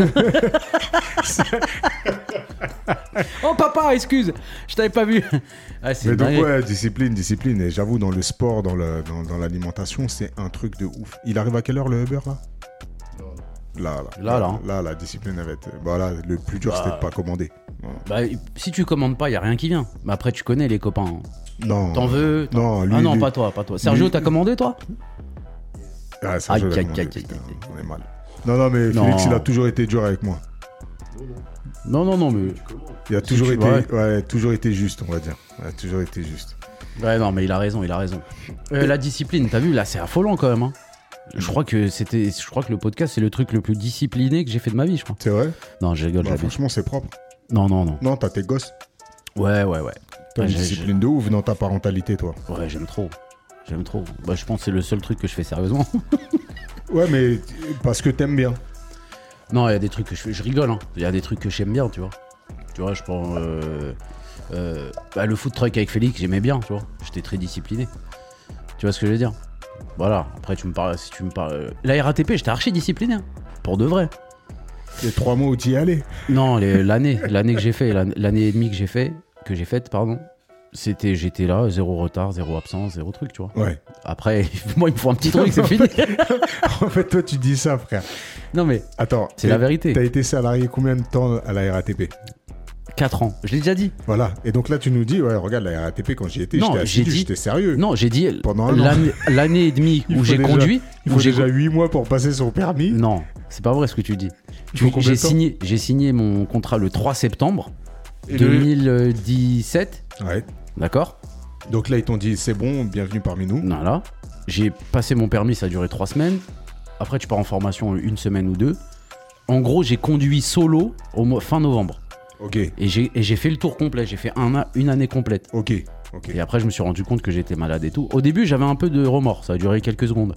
Oh papa, excuse, je t'avais pas vu. Ah, c'est Mais donc dingue. ouais, discipline, discipline. Et j'avoue, dans le sport, dans le- dans, dans l'alimentation, c'est un truc de ouf. Il arrive à quelle heure le Uber là? Là, là, Là, là, hein. là, la discipline elle va être. Bah là, le plus dur Bah. c'était de pas commander. Voilà. Bah, si tu commandes pas, y a rien qui vient. Mais après, tu connais les copains. hein. Non. T'en veux t'en- Non, lui, Ah non, lui- pas toi, pas toi. Sergio, lui- t'as commandé toi? Ah, ça, Aïe, je vais aïe, commander, aïe, putain, aïe, aïe. on est mal. Non, non, mais Non. Félix, il a toujours été dur avec moi. Non, non, non, mais. Il a toujours tu- été, ouais. ouais, toujours été juste, on va dire. Il a toujours été juste. Ouais, non, mais il a raison, il a raison. Euh, la discipline, t'as vu, là, c'est affolant quand même. Hein. Je crois que c'était, je crois que le podcast, c'est le truc le plus discipliné que j'ai fait de ma vie, je crois. C'est vrai? Non, je rigole, Bah, j'avais- franchement, c'est propre. Non, non, non. Non, t'as tes gosses. Ouais, ouais, ouais. T'as Ouais, une j'ai- discipline de ouf dans ta parentalité, toi. Ouais, j'aime trop. J'aime trop. Bah, je pense que c'est le seul truc que je fais sérieusement. Ouais, mais parce que t'aimes bien. Non, il y a des trucs que je fais, je rigole. hein. Il y a des trucs que j'aime bien, tu vois. Tu vois, je prends. Euh, euh, bah, le food truck avec Félix, j'aimais bien, tu vois. J'étais très discipliné. Tu vois ce que je veux dire? Voilà. Après, tu me parles. Si tu me parles. La R A T P, j'étais archi discipliné. hein. Pour de vrai. Les trois mois où t'y allais. Non, les- l'année, l'année que j'ai fait, l'année l'année et demie que j'ai fait, que j'ai faite, pardon. C'était, j'étais là, zéro retard, zéro absence, zéro truc, tu vois. Ouais. Après, moi, il me faut un petit truc, c'est fini. En fait, toi, tu dis ça, frère. Non, mais Attends. c'est la vérité. T'as été salarié combien de temps à la R A T P? quatre ans. Je l'ai déjà dit. Voilà. Et donc là, tu nous dis, ouais, regarde, la R A T P, quand j'y étais, Non, j'étais j'ai assidu, dit- j'étais sérieux. Non, j'ai dit Pendant un an. l'année, l'année et demie Il où faut j'ai déjà- conduit. Il où faut j'ai déjà huit mois pour passer son permis. Non, c'est pas vrai ce que tu dis. Il faut Tu- combien J'ai de temps signé, j'ai signé mon contrat le trois septembre Et le- deux mille dix-sept. Ouais. D'accord. Donc là, ils t'ont dit, c'est bon, bienvenue parmi nous. Voilà. J'ai passé mon permis, ça a duré trois semaines. Après, tu pars en formation une semaine ou deux. En gros, j'ai conduit solo au mois, fin novembre. Ok, Et j'ai, et j'ai fait le tour complet. J'ai fait un, an- une année complète. ok, ok. Et après, je me suis rendu compte que j'étais malade et tout. Au début, j'avais un peu de remords. Ça a duré quelques secondes.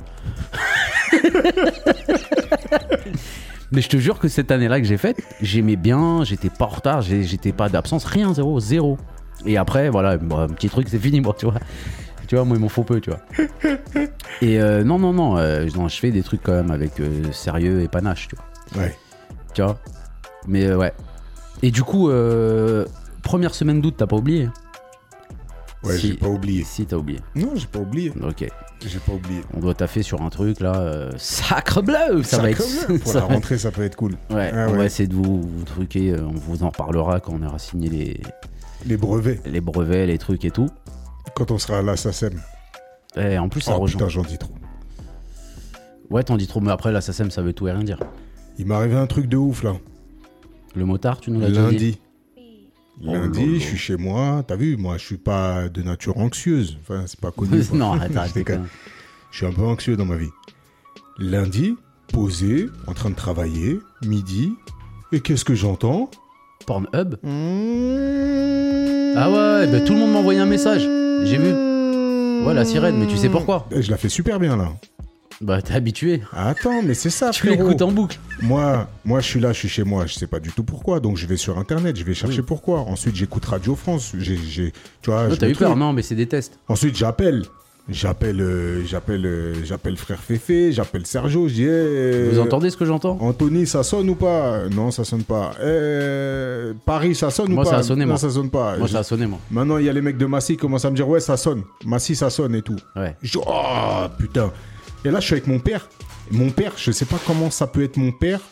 Mais je te jure que cette année-là que j'ai faite, j'aimais bien, j'étais pas en retard, j'ai- j'étais pas d'absence, rien, zéro, zéro. Et après, voilà, bon, un petit truc, c'est fini, moi, tu vois. Tu vois, moi, ils m'en faut peu, tu vois. Et euh, non, non, non, euh, non, je fais des trucs quand même avec euh, sérieux et panache, tu vois. Ouais. Tu vois. Mais euh, ouais. Et du coup, euh, première semaine d'août, t'as pas oublié? Ouais, Si. j'ai pas oublié. Si, t'as oublié. Non, j'ai pas oublié. Ok. J'ai pas oublié. On doit taffer sur un truc là. euh, Sacre bleu! Ça va être. Sacre bleu. Pour ça la va- rentrée, ça peut être cool. Ouais, Ah on ouais. va essayer de vous, vous truquer. euh, On vous en reparlera quand on aura signé les, Les brevets, les brevets, les trucs et tout. quand on sera à la S A C E M. Et en plus, ça Oh rejoint. putain, j'en dis trop. Ouais, t'en dis trop, mais après, la S A C E M, ça veut tout et rien dire. Il m'est arrivé un truc de ouf là. Le motard, tu nous l'as déjà dit. Lundi. Oh, Lundi, lolo. je suis chez moi. T'as vu, moi, je suis pas de nature anxieuse. Enfin, c'est pas connu. quoi. Non, arrête, arrête. Je déconne. déconne. Je suis un peu anxieux dans ma vie. Lundi, posé, en train de travailler, midi. Et qu'est-ce que j'entends? Pornhub. Ah Ah ouais, bah, tout le monde m'a envoyé un message. J'ai vu. Ouais, la sirène, mais tu sais pourquoi? Je la fais super bien là. Bah, t'es habitué. Attends, mais c'est ça, Tu frérot. l'écoutes en boucle. Moi, moi, je suis là, je suis chez moi, je sais pas du tout pourquoi. Donc, je vais sur Internet, je vais chercher Oui. pourquoi. Ensuite, j'écoute Radio France. J'ai, j'ai, tu vois, Oh, je t'as me eu peur? truc. Non, mais c'est des tests. Ensuite, j'appelle. J'appelle, euh, j'appelle, euh, j'appelle frère Féfé, j'appelle Sergio. Je dis, hey, Vous entendez ce que j'entends? Anthony, ça sonne ou pas? Non, ça sonne pas. Eh, Paris, ça sonne Moi, ou pas? ça a sonné, non, moi. ça sonne pas. Moi, Je- ça a sonné, moi. Maintenant, il y a les mecs de Massy qui commencent à me dire, ouais, ça sonne. Massy, ça sonne et tout. Ouais. Je dis, oh, putain. Et là, je suis avec mon père. Mon père, je sais pas comment ça peut être mon père.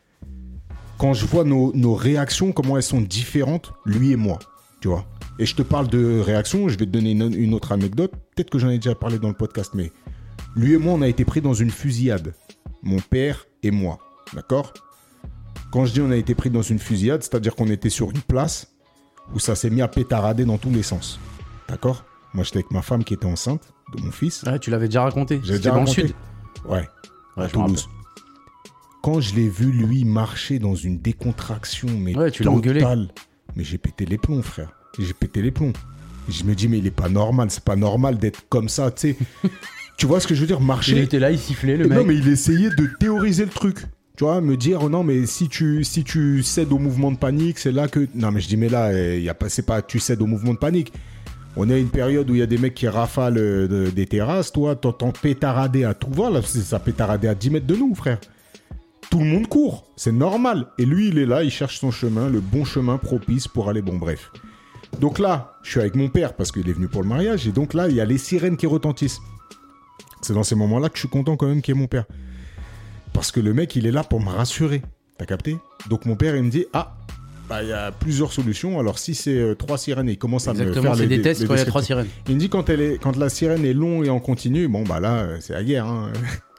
Quand je vois nos, nos réactions, comment elles sont différentes, lui et moi. Tu vois? Et je te parle de réactions, je vais te donner une, une autre anecdote. Peut-être que j'en ai déjà parlé dans le podcast, mais lui et moi, on a été pris dans une fusillade. Mon père et moi. D'accord? Quand je dis on a été pris dans une fusillade, c'est-à-dire qu'on était sur une place où ça s'est mis à pétarader dans tous les sens. D'accord? Moi, j'étais avec ma femme qui était enceinte de mon fils. Ouais, tu l'avais déjà raconté. J'ai C'était déjà dans raconté. le sud. Ouais, Ouais, à je me rappelle. Toulouse. Quand je l'ai vu, lui, marcher dans une décontraction, mais Ouais, tu l'as engueulé. totale, mais j'ai pété les plombs, frère. J'ai pété les plombs. Je me dis, mais il est pas normal, c'est pas normal d'être comme ça, tu sais. Tu vois ce que je veux dire? Il Marcher. était là, il sifflait, le mec. Non, mais il essayait de théoriser le truc. Tu vois, me dire, oh non, mais si tu, si tu cèdes au mouvement de panique, c'est là que. Non, mais je dis, mais là, eh, y a pas, c'est pas tu cèdes au mouvement de panique. On est à une période où il y a des mecs qui rafalent euh, de- des terrasses. Toi, t'entends pétarader à tout va. Là, c'est- ça pétarader à dix mètres de nous, frère. Tout le monde court. C'est normal. Et lui, il est là, il cherche son chemin, le bon chemin propice pour aller. Bon, bref. Donc là, je suis avec mon père parce qu'il est venu pour le mariage. Et donc là, il y a les sirènes qui retentissent. C'est dans ces moments-là que je suis content quand même qu'il y ait mon père. Parce que le mec, il est là pour me rassurer. T'as capté? Donc mon père, il me dit, ah, bah il y a plusieurs solutions. Alors si c'est euh, trois sirènes, il commence à me Exactement, faire c'est les des les tests quand il y a trois descriptions. sirènes. Il me dit quand, elle est, quand la sirène est longue et en continu, bon bah là, euh, c'est la guerre. Hein.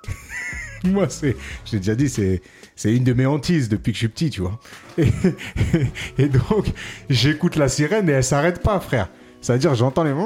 Moi, c'est, je l'ai déjà dit, c'est, c'est une de mes hantises depuis que je suis petit, tu vois. Et, et donc, j'écoute la sirène et elle s'arrête pas, frère. C'est-à-dire, j'entends les...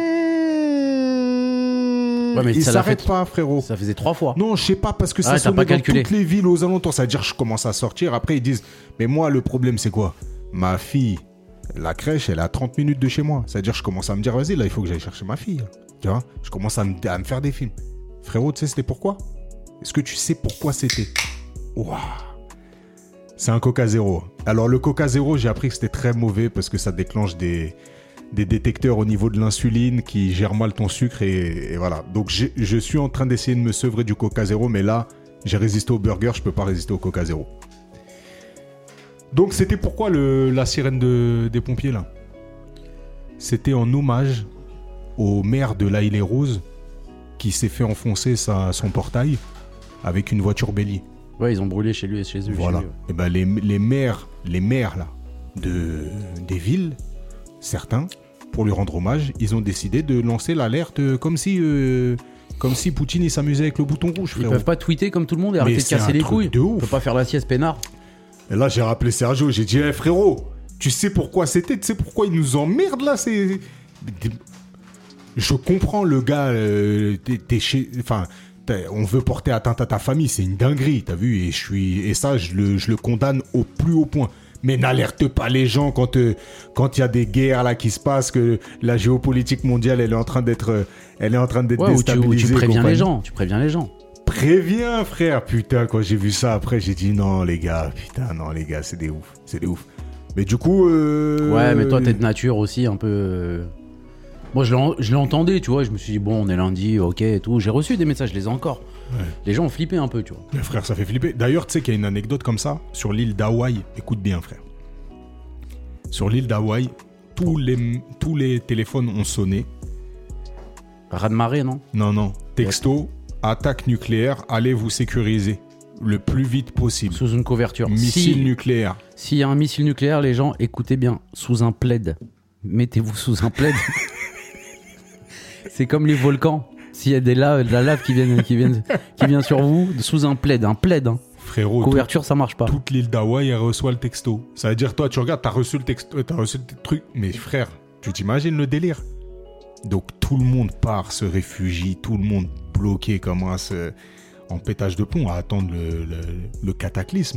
Ouais, mais il ça l'a s'arrête fait- pas, frérot. Ça faisait trois fois. Non, je sais pas, parce que ça Ah, t'as sonnait pas dans calculé. toutes les villes aux alentours. C'est-à-dire, je commence à sortir. Après, ils disent, mais moi, le problème, c'est quoi? Ma fille, la crèche, elle est à trente minutes de chez moi. C'est-à-dire, je commence à me dire, vas-y, là, il faut que j'aille chercher ma fille. Tu vois? Je commence à me, à me faire des films. Frérot, tu sais, c'était pourquoi? Est-ce que tu sais pourquoi c'était? Waouh! C'est un Coca Zéro. Alors, le Coca Zéro, j'ai appris que c'était très mauvais parce que ça déclenche des, des détecteurs au niveau de l'insuline qui gèrent mal ton sucre et, et voilà. Donc, j'ai- je suis en train d'essayer de me sevrer du Coca Zéro, mais là, j'ai résisté au burger, je peux pas résister au Coca Zéro. Donc, c'était pourquoi le, la sirène de, des pompiers, là? C'était en hommage au maire de l'Aïle et Rose qui s'est fait enfoncer sa, son portail avec une voiture bélier. Ouais, ils ont brûlé chez lui et chez eux. Voilà. chez lui, ouais. Et ben les, les maires, les maires là, de, des villes, certains, pour lui rendre hommage, ils ont décidé de lancer l'alerte euh, comme si, euh, comme si Poutine il s'amusait avec le bouton rouge, Ils frérot. peuvent pas tweeter comme tout le monde et Mais arrêter de c'est casser un les truc couilles. de ouf. On peut pas faire la sieste peinard. Et là, j'ai rappelé Sergio, j'ai dit, hey, frérot, tu sais pourquoi c'était, tu sais pourquoi ils nous emmerdent là, c'est... Je comprends le gars, euh, t'es, t'es chez... Enfin, t'es- on veut porter atteinte à ta famille, c'est une dinguerie, t'as vu, et, je suis... et ça, je le, je le condamne au plus haut point. Mais n'alerte pas les gens quand euh, quand il y a des guerres là qui se passent, que la géopolitique mondiale, elle est en train d'être, euh, elle est en train d'être Ouais, ou tu, ou déstabilisée. tu préviens compagnie. les gens. Tu préviens les gens. Préviens, frère, putain, quand j'ai vu ça après, j'ai dit non, les gars, putain, non, les gars, c'est des ouf, c'est des ouf. Mais du coup. Euh... Ouais, mais toi, t'es de nature aussi un peu. euh, Moi, je l'en- je l'entendais, tu vois. Je me suis dit, bon, on est lundi, ok et tout. J'ai reçu des messages, je les ai encore. Ouais. Les gens ont flippé un peu, tu vois. Mais frère, ça fait flipper. D'ailleurs, tu sais qu'il y a une anecdote comme ça sur l'île d'Hawaï. Écoute bien, frère. Sur l'île d'Hawaï, tous les, tous les téléphones ont sonné. Raz-de-marée, non? Non, non. Texto, attaque nucléaire, allez vous sécuriser le plus vite possible. Sous une couverture. Missile Si- nucléaire. S'il y a un missile nucléaire, les gens, écoutez bien, sous un plaid. Mettez-vous sous un plaid. C'est comme les volcans. S'il y a des laves, de la lave qui, viennent, qui, viennent, qui vient sur vous, sous un plaid. Un plaid, hein. Frérot, Couverture, ça marche pas. toute l'île d'Hawaï, elle reçoit le texto. Ça veut dire, toi, tu regardes, t'as reçu le texto, t'as reçu le truc. Mais frère, tu t'imagines le délire? Donc tout le monde part, se réfugie, tout le monde bloqué comme un, se- en pétage de plomb à attendre le, le- le cataclysme.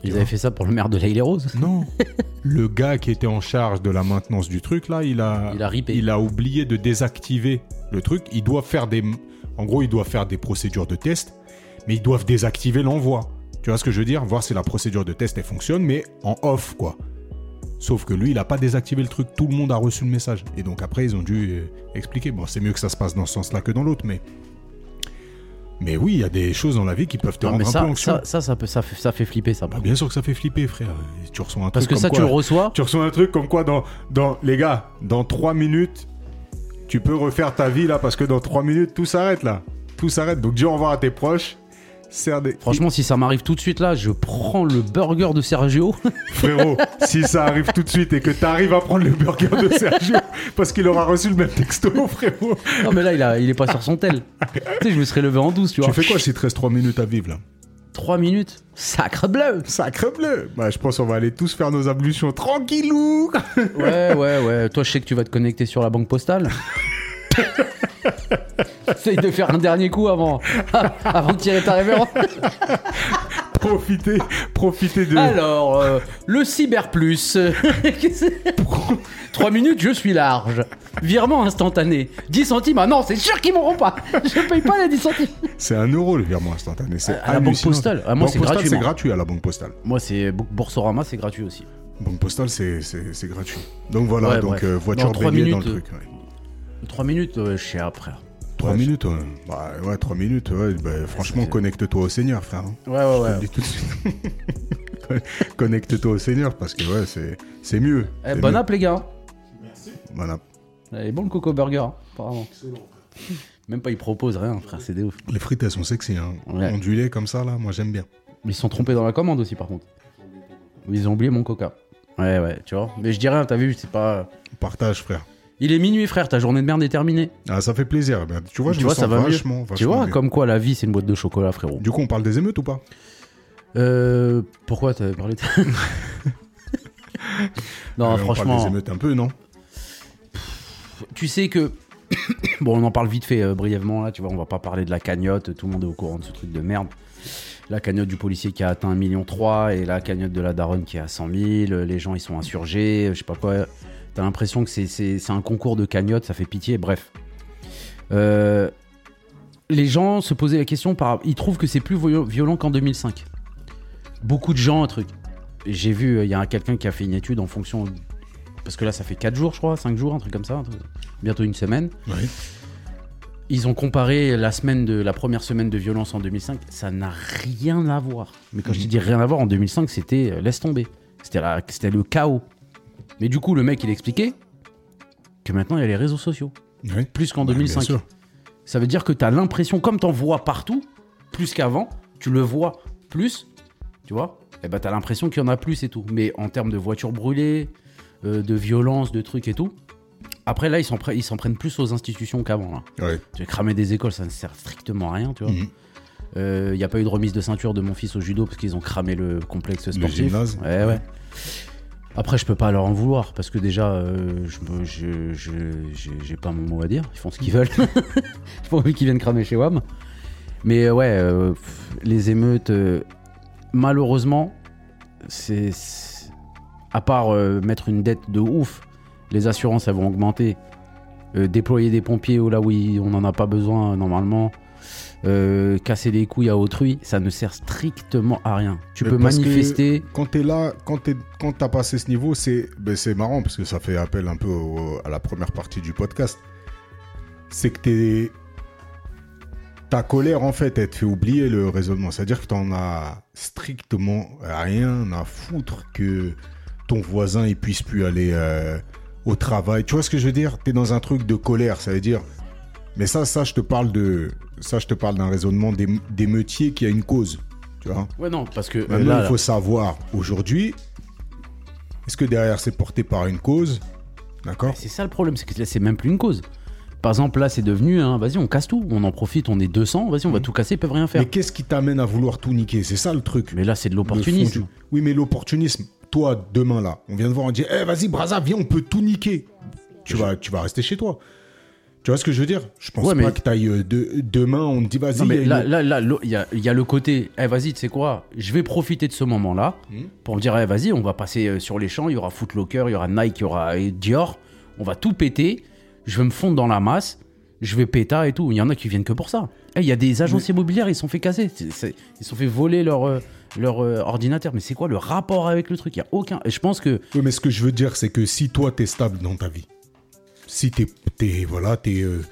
Ils Tu avaient vois. fait ça pour le maire de l'Aïle-et-Rose. Non. Le gars qui était en charge de la maintenance du truc, là, il a, Il a ripé. il a oublié de désactiver le truc. Il doit faire des... En gros, il doit faire des procédures de test, mais ils doivent désactiver l'envoi. Tu vois ce que je veux dire? Voir si la procédure de test, elle fonctionne, mais en off, quoi. Sauf que lui, il a pas désactivé le truc. Tout le monde a reçu le message. Et donc après, ils ont dû euh, expliquer. Bon, c'est mieux que ça se passe dans ce sens-là que dans l'autre, mais... Mais oui, il y a des choses dans la vie qui peuvent te Non, rendre mais un ça, peu anxieux. ça, ça, ça, peut, ça, fait, ça fait flipper, ça. Bah, bien sûr que ça fait flipper, frère. Tu reçois un Parce truc que comme ça, quoi, tu le reçois. Tu reçois un truc comme quoi dans, dans les gars, dans trois minutes, tu peux refaire ta vie là parce que dans trois minutes, tout s'arrête là. Tout s'arrête. Donc dis au revoir à tes proches. Serre des... Franchement, si ça m'arrive tout de suite là, je prends le burger de Sergio. Frérot, si ça arrive tout de suite et que tu arrives à prendre le burger de Sergio parce qu'il aura reçu le même texto, frérot. Non, mais là, il, a, il est pas sur son tel. Tu sais, je me serais levé en douce, tu vois. Tu fais quoi s'il te reste trois minutes à vivre là? trois minutes. Sacre bleu. Sacre bleu. Bah, je pense qu'on va aller tous faire nos ablutions tranquillou. Ouais, ouais, ouais. Toi, je sais que tu vas te connecter sur la banque postale. Essaye de faire un dernier coup avant, avant de tirer ta révérence. Profitez, profitez de... Alors, euh, le Cyber Plus. trois minutes, je suis large. Virement instantané. dix centimes. Ah non, c'est sûr qu'ils m'auront pas. Je paye pas les dix centimes. C'est un euro le virement instantané. C'est À la banque hallucinant. postale. Ah, moi, Banque c'est postale, gratuitement. c'est gratuit à la banque postale. Moi, c'est Boursorama, c'est gratuit aussi. Banque postale, c'est, c'est, c'est gratuit. Donc voilà, Ouais, donc bref. euh, voiture Dans trois baignée dans le minutes, truc. Ouais. trois minutes, euh, je suis après. trois Ouais, minutes, ouais. Bah, ouais, trois minutes, ouais. Bah, franchement, c'est- connecte-toi au Seigneur, frère. hein. Ouais, ouais, Je te ouais. le dis tout de suite. Connecte-toi au Seigneur parce que ouais, c'est, c'est mieux. Eh, C'est bon mieux. app, les gars. Bon app. Il est bon le Coco Burger, hein, apparemment. Même pas, ils proposent rien, frère, c'est des ouf. Les frites, elles sont sexy. Hein. Ouais. Ondulées comme ça, là, moi, j'aime bien. Ils se sont trompés dans la commande aussi, par contre. Ils ont oublié mon Coca. Ouais, ouais, tu vois. Mais je dis rien, t'as vu, c'est pas. Partage, frère. Il est minuit, frère, ta journée de merde est terminée. Ah, ça fait plaisir. Ben, tu vois, je Tu me vois, sens ça va mieux. vachement, vachement Tu vois, bien. comme quoi la vie, c'est une boîte de chocolat, frérot. Du coup, on parle des émeutes ou pas? Euh. Pourquoi t'avais parlé de. Non, Euh, On franchement. parle des émeutes un peu, non? Tu sais que. Bon, on en parle vite fait, euh, brièvement, là, tu vois, on va pas parler de la cagnotte, tout le monde est au courant de ce truc de merde. La cagnotte du policier qui a atteint un million trois et la cagnotte de la daronne qui est à cent mille, les gens ils sont insurgés, je sais pas quoi. T'as l'impression que c'est, c'est, c'est un concours de cagnotte, ça fait pitié, bref. Euh, les gens se posaient la question, par, ils trouvent que c'est plus viol- violent qu'en deux mille cinq. Beaucoup de gens, un truc. J'ai vu, il y a quelqu'un qui a fait une étude en fonction... Parce que là, ça fait quatre jours, je crois, cinq jours, un truc comme ça, un truc- bientôt une semaine. Ouais. Ils ont comparé la semaine de la première semaine de violence en deux mille cinq, ça n'a rien à voir. Mais quand je te dis rien à voir, en deux mille cinq, c'était euh, laisse tomber. C'était, la, c'était le chaos. Mais du coup, le mec, il expliquait que maintenant, il y a les réseaux sociaux. Ouais. Plus qu'en Ouais, deux mille cinq. bien sûr. Ça veut dire que tu as l'impression, comme tu en vois partout, plus qu'avant, tu le vois plus, tu vois, et ben tu as l'impression qu'il y en a plus et tout. Mais en termes de voitures brûlées, euh, de violence, de trucs et tout, après là, ils s'en, pre- ils s'en prennent plus aux institutions qu'avant. Là. Ouais. Tu veux cramer des écoles, ça ne sert strictement à rien, tu vois. Il Mhm. n'y a pas eu de remise de ceinture de mon fils au judo parce qu'ils ont cramé le complexe Le sportif. gymnase. Ouais, ouais. Après, je peux pas leur en vouloir parce que déjà, euh, je, me- je, je, j'ai, j'ai pas mon mot à dire. Ils font ce qu'ils veulent. J'ai pas envie qu'ils viennent cramer chez W A M. Mais euh, ouais, euh, pff, les émeutes, euh, malheureusement, c'est, c'est- à part euh, mettre une dette de ouf, les assurances elles vont augmenter. Euh, déployer des pompiers là où il- on n'en a pas besoin normalement. Euh, casser les couilles à autrui, ça ne sert strictement à rien. Tu Mais peux parce que manifester. Quand t'es là, quand t'es, quand t'as passé ce niveau, c'est, ben c'est marrant parce que ça fait appel un peu au- à la première partie du podcast. C'est que t'es, ta colère en fait, elle te fait oublier le raisonnement. C'est-à-dire que t'en as strictement rien à foutre que ton voisin il puisse plus aller euh, au travail. Tu vois ce que je veux dire? T'es dans un truc de colère, ça veut dire. Mais ça, ça, je te parle de, ça, je te parle d'un raisonnement d'ém- d'émeutier qui a une cause. Tu vois? Ouais, non, parce que euh, Maintenant, là, il faut savoir, aujourd'hui, est-ce que derrière c'est porté par une cause? D'accord? c'est ça le problème, c'est que là, c'est même plus une cause. Par exemple, là, c'est devenu, hein, vas-y, on casse tout, on en profite, on est deux cents, vas-y, on va tout casser, ils peuvent rien faire. Mais qu'est-ce qui t'amène à vouloir tout niquer? C'est ça le truc. Mais là, c'est de Le fond l'opportunisme. du- Oui, mais l'opportunisme, toi, demain là, on vient de voir, on dit, eh, vas-y, Braza, viens, on peut tout niquer. Tu vas, tu vas rester chez toi. Tu vois ce que je veux dire? Je pense Ouais, pas mais- que t'ailles euh, de, demain, on te dit vas-y. Non, mais il y a là, une- là, là, l'o- il y a, il y a le côté, eh, vas-y, tu sais quoi, je vais profiter de ce moment-là Hmm. pour me dire, eh, vas-y, on va passer euh, sur les champs, il y aura Foot Locker, il y aura Nike, il y aura euh, Dior, on va tout péter, je vais me fondre dans la masse, je vais péter et tout. Il y en a qui viennent que pour ça. Eh, il y a des agences immobilières, ils se sont fait casser, c'est- c'est- ils se sont fait voler leur, euh, leur euh, ordinateur. Mais c'est quoi le rapport avec le truc? Il n'y a aucun. Et je pense que. Oui, mais ce que je veux dire, c'est que si toi, t'es stable dans ta vie, si t'es, t'es voilà, t'es euh,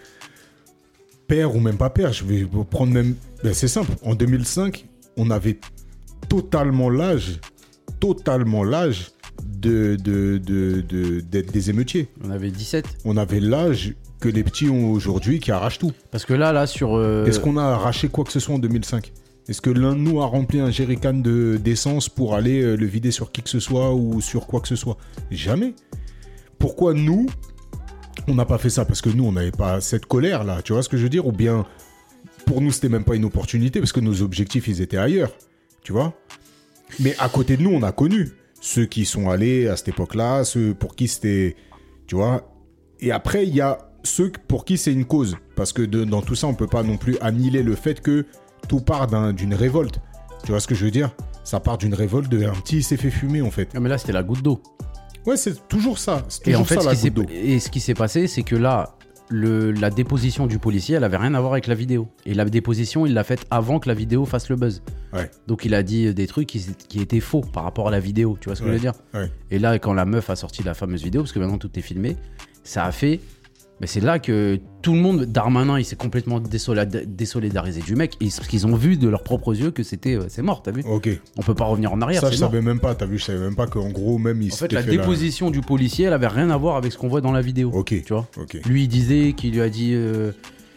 père ou même pas père, je vais prendre même... Ben, c'est simple, en deux mille cinq, on avait totalement l'âge, totalement l'âge de, de, de, de- d'être des émeutiers. On avait dix-sept. On avait l'âge que les petits ont aujourd'hui qui arrachent tout. Parce que là, là, sur. euh, Est-ce qu'on a arraché quoi que ce soit en deux mille cinq? Est-ce que l'un de nous a rempli un jerrycan de, d'essence pour aller euh, le vider sur qui que ce soit ou sur quoi que ce soit? Jamais. Pourquoi nous, on n'a pas fait ça? Parce que nous, on n'avait pas cette colère-là, tu vois ce que je veux dire? Ou bien, pour nous, c'était même pas une opportunité parce que nos objectifs, ils étaient ailleurs, tu vois? Mais à côté de nous, on a connu ceux qui sont allés à cette époque-là, ceux pour qui c'était, tu vois? Et après, il y a ceux pour qui c'est une cause. Parce que de- dans tout ça, on peut pas non plus annihiler le fait que tout part d'un- d'une révolte. Tu vois ce que je veux dire? Ça part d'une révolte d'un petit, il s'est fait fumer, en fait. Non, mais là, c'était la goutte d'eau. Ouais, c'est toujours ça. C'est Et toujours en fait, ça, ce la qui s'est- goutte d'eau. et ce qui s'est passé, c'est que là, le, la déposition du policier, elle avait rien à voir avec la vidéo. Et la déposition, il l'a faite avant que la vidéo fasse le buzz. Ouais, Donc il a dit des trucs qui, qui étaient faux par rapport à la vidéo. Tu vois ce que Ouais. je veux dire? ouais. Et là, quand la meuf a sorti la fameuse vidéo, parce que maintenant tout est filmé, ça a fait. Mais c'est là que tout le monde, Darmanin, il s'est complètement désolida- désolidarisé du mec. Et parce qu'ils ont vu de leurs propres yeux que c'était, euh, c'est mort, t'as vu? Ok. On peut pas revenir en arrière, Ça, je c'est mort. savais même pas. T'as vu, je savais même pas qu'en gros, même, il En fait, s'était la fait déposition du policier, elle avait rien à voir avec ce qu'on voit dans la vidéo. Ok. Tu vois? Ok. Lui, il disait qu'il lui a dit euh,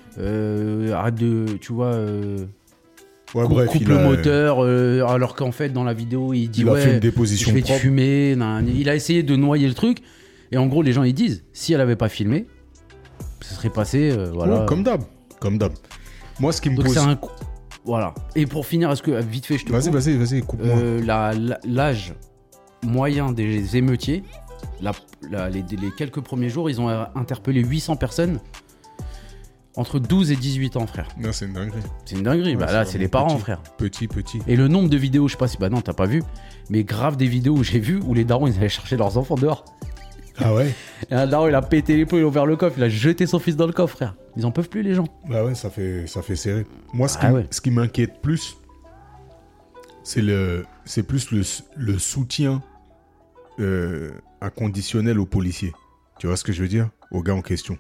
euh, arrête de, tu vois, euh, Ouais, cou- bref, coupe il le a, moteur, euh, alors qu'en fait, dans la vidéo, il dit il a ouais, fait une je déposition vais te propre. fumer. nan, nan. Il a essayé de noyer le truc. Et en gros, les gens, ils disent, si elle avait pas filmé, ce serait passé, euh, voilà. Ouais, comme d'hab. Comme d'hab. Moi, ce qui me Donc pose... c'est un, voilà. Et pour finir, est-ce que vite fait, je te Vas-y, coupe, vas-y, vas-y, coupe-moi. euh, la- la- l'âge moyen des émeutiers, la- la- les, les quelques premiers jours, ils ont interpellé huit cents personnes entre douze et dix-huit ans, frère. Non, c'est une dinguerie. C'est une dinguerie. Ouais, bah c'est là, c'est les vraiment parents, petit. frère. Petit, petit. Et le nombre de vidéos, je sais pas si, bah non, t'as pas vu, mais grave des vidéos où j'ai vu où les darons, ils allaient chercher leurs enfants dehors. Ah ouais? Et un daron, il a pété les plombs, il a ouvert le coffre, il a jeté son fils dans le coffre, frère. Ils en peuvent plus, les gens. Bah ouais, ça fait, ça fait serrer. Moi, ce qui, Ah m- ouais. ce qui m'inquiète plus, c'est le, c'est plus le, s- le soutien euh, inconditionnel aux policiers. Tu vois ce que je veux dire? Aux gars en question.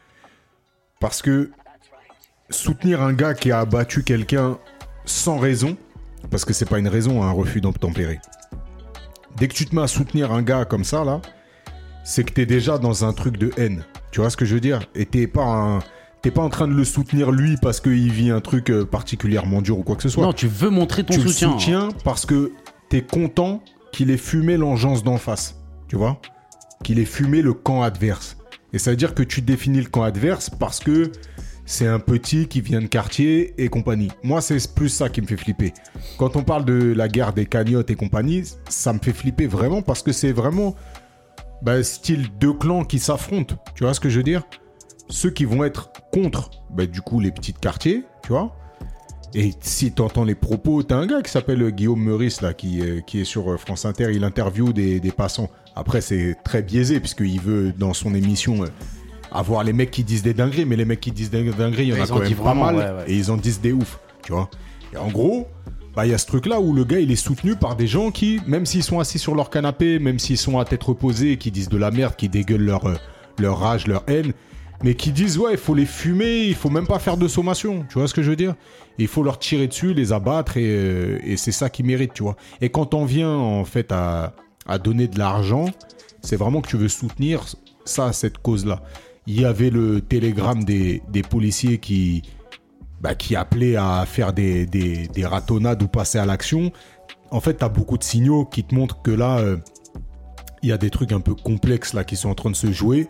Parce que soutenir un gars qui a abattu quelqu'un sans raison, parce que c'est pas une raison, un refus d'obtempérer. Dès que tu te mets à soutenir un gars comme ça, là, c'est que t'es déjà dans un truc de haine. Tu vois ce que je veux dire? Et t'es pas un... T'es pas en train de le soutenir lui parce qu'il vit un truc euh, particulièrement dur ou quoi que ce soit. Non, tu veux montrer ton tu soutien. le soutiens parce que t'es content qu'il ait fumé l'engeance d'en face. Tu vois? Qu'il ait fumé le camp adverse. Et ça veut dire que tu définis le camp adverse parce que c'est un petit qui vient de quartier et compagnie. Moi, c'est plus ça qui me fait flipper. Quand on parle de la guerre des cagnottes et compagnie, ça me fait flipper vraiment parce que c'est vraiment bah, style deux clans qui s'affrontent. Tu vois ce que je veux dire? Ceux qui vont être contre, bah, du coup, les petits quartiers, tu vois. Et si tu entends les propos, t'as un gars qui s'appelle Guillaume Meurice, là, qui, euh, qui est sur euh, France Inter, il interviewe des, des passants. Après, c'est très biaisé, puisqu'il veut, dans son émission, euh, avoir les mecs qui disent des dingueries, mais les mecs qui disent des dingueries, il y en Ouais, a ils en quand même disent pas vraiment, mal, ouais, ouais. et ils en disent des ouf, tu vois. Et en gros, bah, il y a ce truc-là où le gars, il est soutenu par des gens qui, même s'ils sont assis sur leur canapé, même s'ils sont à tête reposée, qui disent de la merde, qui dégueulent leur, euh, leur rage, leur haine, mais qui disent ouais, il faut les fumer, il faut même pas faire de sommation, tu vois ce que je veux dire? Il faut leur tirer dessus, les abattre et, euh, et c'est ça qu'ils méritent, tu vois. Et quand on vient en fait à, à donner de l'argent, c'est vraiment que tu veux soutenir ça, cette cause-là. Il y avait le télégramme des, des policiers qui, bah, qui appelaient à faire des, des, des ratonnades ou passer à l'action. En fait, tu as beaucoup de signaux qui te montrent que là, euh, il y a des trucs un peu complexes là qui sont en train de se jouer.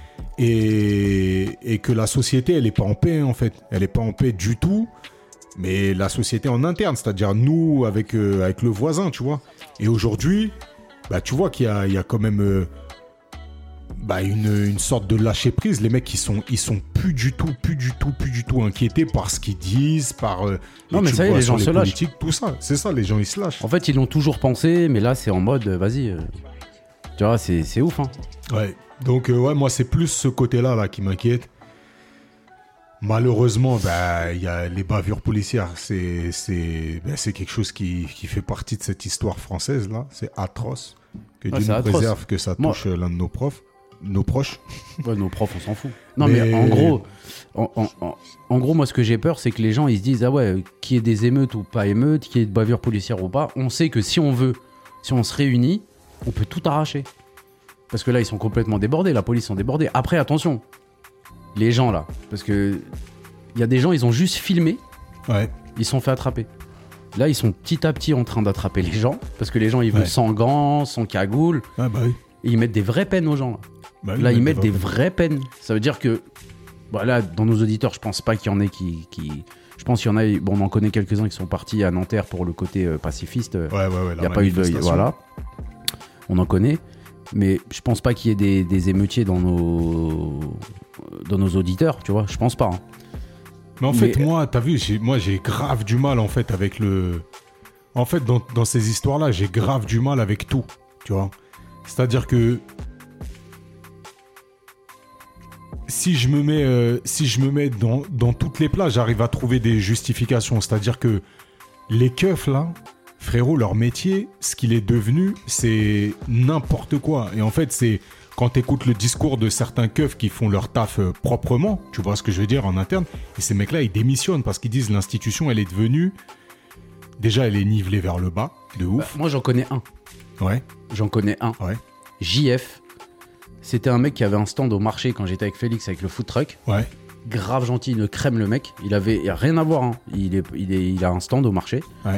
Et, et que la société, elle est pas en paix, en fait. Elle est pas en paix du tout. Mais la société en interne, c'est-à-dire nous avec, euh, avec le voisin, tu vois. Et aujourd'hui, bah, tu vois qu'il y a, il y a quand même... euh, bah, une, une sorte de lâcher prise. Les mecs, ils sont, ils sont plus du tout, plus du tout, plus du tout inquiétés par ce qu'ils disent, par euh, non mais ça y est, les gens se lâchent. Tout ça, c'est ça, les gens ils se lâchent. En fait, ils l'ont toujours pensé, mais là, c'est en mode, euh, vas-y. Euh, tu vois, c'est, c'est ouf. Hein. Ouais. Donc euh, ouais, moi c'est plus ce côté-là là qui m'inquiète. Malheureusement, bah, y a les bavures policières, c'est, c'est, bah, c'est quelque chose qui, qui fait partie de cette histoire française là. C'est atroce. Que ouais, Dieu nous atroce. préserve que ça touche moi... l'un de nos profs. Nos proches. Ouais, nos profs, on s'en fout. Non, mais, mais en gros, en, en, en, en gros, moi, ce que j'ai peur, c'est que les gens, ils se disent, ah ouais, qu'il y ait des émeutes ou pas émeutes, qu'il y ait de bavures policières ou pas, on sait que si on veut, si on se réunit, on peut tout arracher. Parce que là, ils sont complètement débordés, la police sont débordés. Après, attention, les gens là, parce que il y a des gens, ils ont juste filmé, ouais. Ils se sont fait attraper. Là, ils sont petit à petit en train d'attraper les gens, parce que les gens, ils veulent ouais. sans gants, sans cagoule, ah bah oui. Et ils mettent des vraies peines aux gens là. Bah, là, ils mettent des vraies peines. Ça veut dire que, bah, là, dans nos auditeurs, je pense pas qu'il y en ait qui, qui... Je pense qu'il y en a, bon, on en connaît quelques-uns qui sont partis à Nanterre pour le côté euh, pacifiste. Ouais, ouais, ouais. Il n'y a pas eu de... Voilà. On en connaît. Mais je pense pas qu'il y ait des, des émeutiers dans nos... dans nos auditeurs, tu vois. Je pense pas. Hein. Mais en fait, mais... moi, t'as vu, j'ai... moi, j'ai grave du mal, en fait, avec le... En fait, dans, dans ces histoires-là, j'ai grave du mal avec tout, tu vois. C'est-à-dire que si je me mets, euh, si je me mets dans, dans toutes les places, j'arrive à trouver des justifications. C'est-à-dire que les keufs, là, frérot, leur métier, ce qu'il est devenu, c'est n'importe quoi. Et en fait, c'est quand tu écoutes le discours de certains keufs qui font leur taf euh, proprement, tu vois ce que je veux dire, en interne, et ces mecs-là, ils démissionnent parce qu'ils disent l'institution, elle est devenue... Déjà, elle est nivelée vers le bas, de ouf. Bah, moi, j'en connais un. Ouais. J'en connais un. Ouais. J F. C'était un mec qui avait un stand au marché quand j'étais avec Félix avec le food truck. Ouais. Grave gentil, une crème le mec. Il avait il a rien à voir. Hein. Il, est, il, est, il a un stand au marché. Ouais.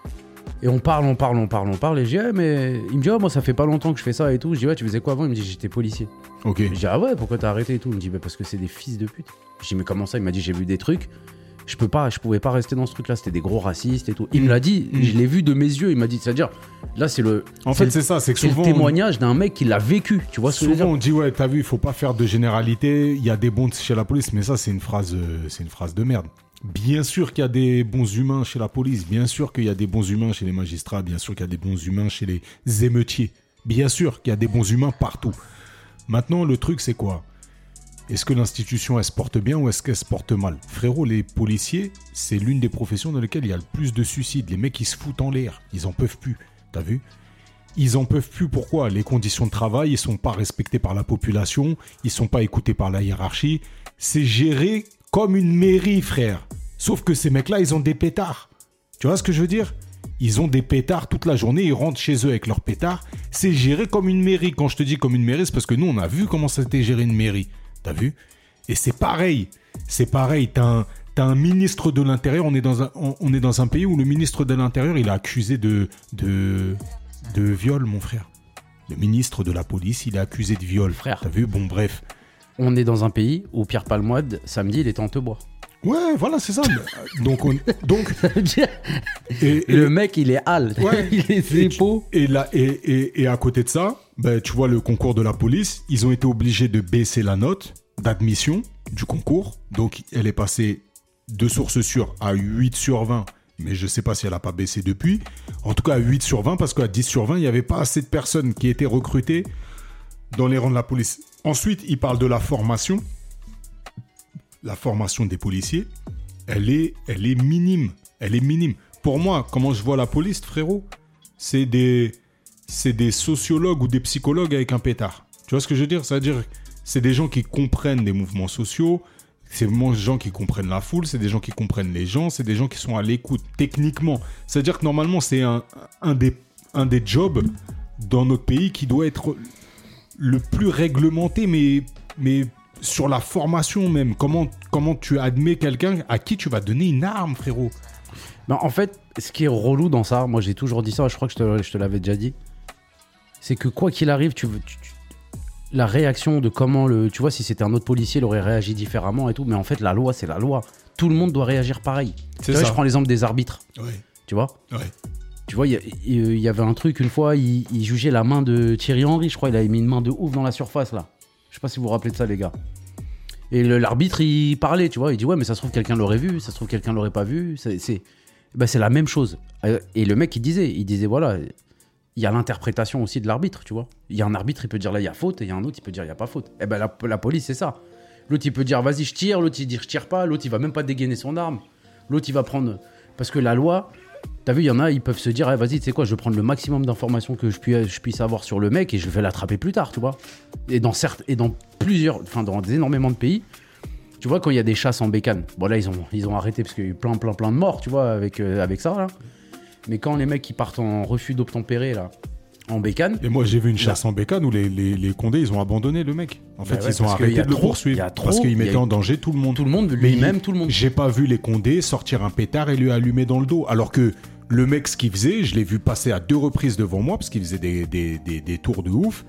Et on parle, on parle, on parle, on parle. Et je dis, hey, mais il me dit, oh, moi ça fait pas longtemps que je fais ça et tout. Je dis, ouais, tu faisais quoi avant? Il me dit, j'étais policier. Ok. Je dis, ah ouais, pourquoi t'as arrêté et tout? Il me dit, bah, parce que c'est des fils de pute. Je dis, mais comment ça? Il m'a dit, j'ai vu des trucs. Je peux pas, je pouvais pas rester dans ce truc-là. C'était des gros racistes et tout. Il mmh. me l'a dit, mmh. je l'ai vu de mes yeux. Il m'a dit, c'est-à-dire, là c'est le. En fait, c'est ça, c'est que souvent. C'est le témoignage d'un mec qui l'a vécu. Tu vois ce que je veux dire? Souvent, on dit, ouais, t'as vu, il faut pas faire de généralité. Il y a des bons chez la police, mais ça, c'est une phrase, euh, c'est une phrase de merde. Bien sûr qu'il y a des bons humains chez la police. Bien sûr qu'il y a des bons humains chez les magistrats. Bien sûr qu'il y a des bons humains chez les émeutiers. Bien sûr qu'il y a des bons humains partout. Maintenant, le truc, c'est quoi? Est-ce que l'institution, elle se porte bien ou est-ce qu'elle se porte mal? Frérot, les policiers, c'est l'une des professions dans lesquelles il y a le plus de suicides. Les mecs, ils se foutent en l'air. Ils en peuvent plus. T'as vu? Ils en peuvent plus. Pourquoi? Les conditions de travail, ils sont pas respectés par la population. Ils sont pas écoutés par la hiérarchie. C'est géré comme une mairie, frère. Sauf que ces mecs-là, ils ont des pétards. Tu vois ce que je veux dire? Ils ont des pétards toute la journée. Ils rentrent chez eux avec leurs pétards. C'est géré comme une mairie. Quand je te dis comme une mairie, c'est parce que nous, on a vu comment c'était géré une mairie. T'as vu? Et c'est pareil. C'est pareil. T'as un, t'as un ministre de l'Intérieur. On est, dans un, on, on est dans un pays où le ministre de l'Intérieur, il est accusé de, de, de viol, mon frère. Le ministre de la police, il est accusé de viol. Frère. T'as vu? Bon, bref. On est dans un pays où Pierre Palmade, samedi, il était en Tebois. Ouais, voilà, c'est ça. donc, on, donc et, et, le mec, il est hal. Ouais, il est zépo. Et, là, et, et, et à côté de ça, ben, tu vois le concours de la police, ils ont été obligés de baisser la note d'admission du concours. Donc, elle est passée de source sûre à huit sur vingt. Mais je sais pas si elle a pas baissé depuis. En tout cas, à huit sur vingt, parce qu'à dix sur vingt, il n'y avait pas assez de personnes qui étaient recrutées dans les rangs de la police. Ensuite, ils parlent de la formation. La formation des policiers, elle est, elle est minime. Elle est minime. Pour moi, comment je vois la police, frérot, c'est des, c'est des sociologues ou des psychologues avec un pétard. Tu vois ce que je veux dire? C'est-à-dire, c'est des gens qui comprennent des mouvements sociaux, c'est des gens qui comprennent la foule, c'est des gens qui comprennent les gens, c'est des gens qui sont à l'écoute techniquement. C'est-à-dire que normalement, c'est un, un, des, un des jobs dans notre pays qui doit être le plus réglementé, mais... mais sur la formation même, comment, comment tu admets quelqu'un à qui tu vas donner une arme, frérot? Ben, en fait, ce qui est relou dans ça, moi j'ai toujours dit ça, je crois que je te, je te l'avais déjà dit, c'est que quoi qu'il arrive, tu, tu, tu, la réaction de comment le... Tu vois, si c'était un autre policier, il aurait réagi différemment et tout, mais en fait, la loi, c'est la loi. Tout le monde doit réagir pareil. C'est tu ça. vois, je prends l'exemple des arbitres. Ouais. Tu vois? Ouais. Tu vois, il y, y, y avait un truc, une fois, il, il jugeait la main de Thierry Henry, je crois, il avait mis une main de ouf dans la surface, là. Je sais pas si vous vous rappelez de ça, les gars. Et le, l'arbitre, il parlait, tu vois. Il dit ouais, mais ça se trouve quelqu'un l'aurait vu, ça se trouve quelqu'un l'aurait pas vu. C'est, c'est, ben, c'est la même chose. Et le mec, il disait, il disait voilà, il y a l'interprétation aussi de l'arbitre, tu vois. Il y a un arbitre, il peut dire là, il y a faute, et il y a un autre, il peut dire il y a pas faute. Et ben la, la police, c'est ça. L'autre, il peut dire vas-y, je tire. L'autre, il dit je tire pas. L'autre, il va même pas dégainer son arme. L'autre, il va prendre parce que la loi. T'as vu, il y en a, ils peuvent se dire, eh, vas-y, tu sais quoi, je vais prendre le maximum d'informations que je puisse, je puisse avoir sur le mec et je vais l'attraper plus tard, tu vois. Et dans certes, et dans plusieurs, enfin dans énormément de pays, tu vois, quand il y a des chasses en bécane, bon là ils ont, ils ont arrêté parce qu'il y a eu plein, plein, plein de morts, tu vois, avec, euh, avec ça là. Mais quand les mecs qui partent en refus d'obtempérer là, en bécane. Et moi j'ai vu une chasse là. en bécane où les, les, les Condés ils ont abandonné le mec. En fait, bah ouais, ils ont arrêté de le trop, poursuivre parce qu'ils mettaient en danger tout le monde. Tout le monde, lui-même, tout le monde. J'ai pas vu les Condés sortir un pétard et lui allumer dans le dos. Alors que le mec, ce qu'il faisait, je l'ai vu passer à deux reprises devant moi parce qu'il faisait des, des, des, des tours de ouf.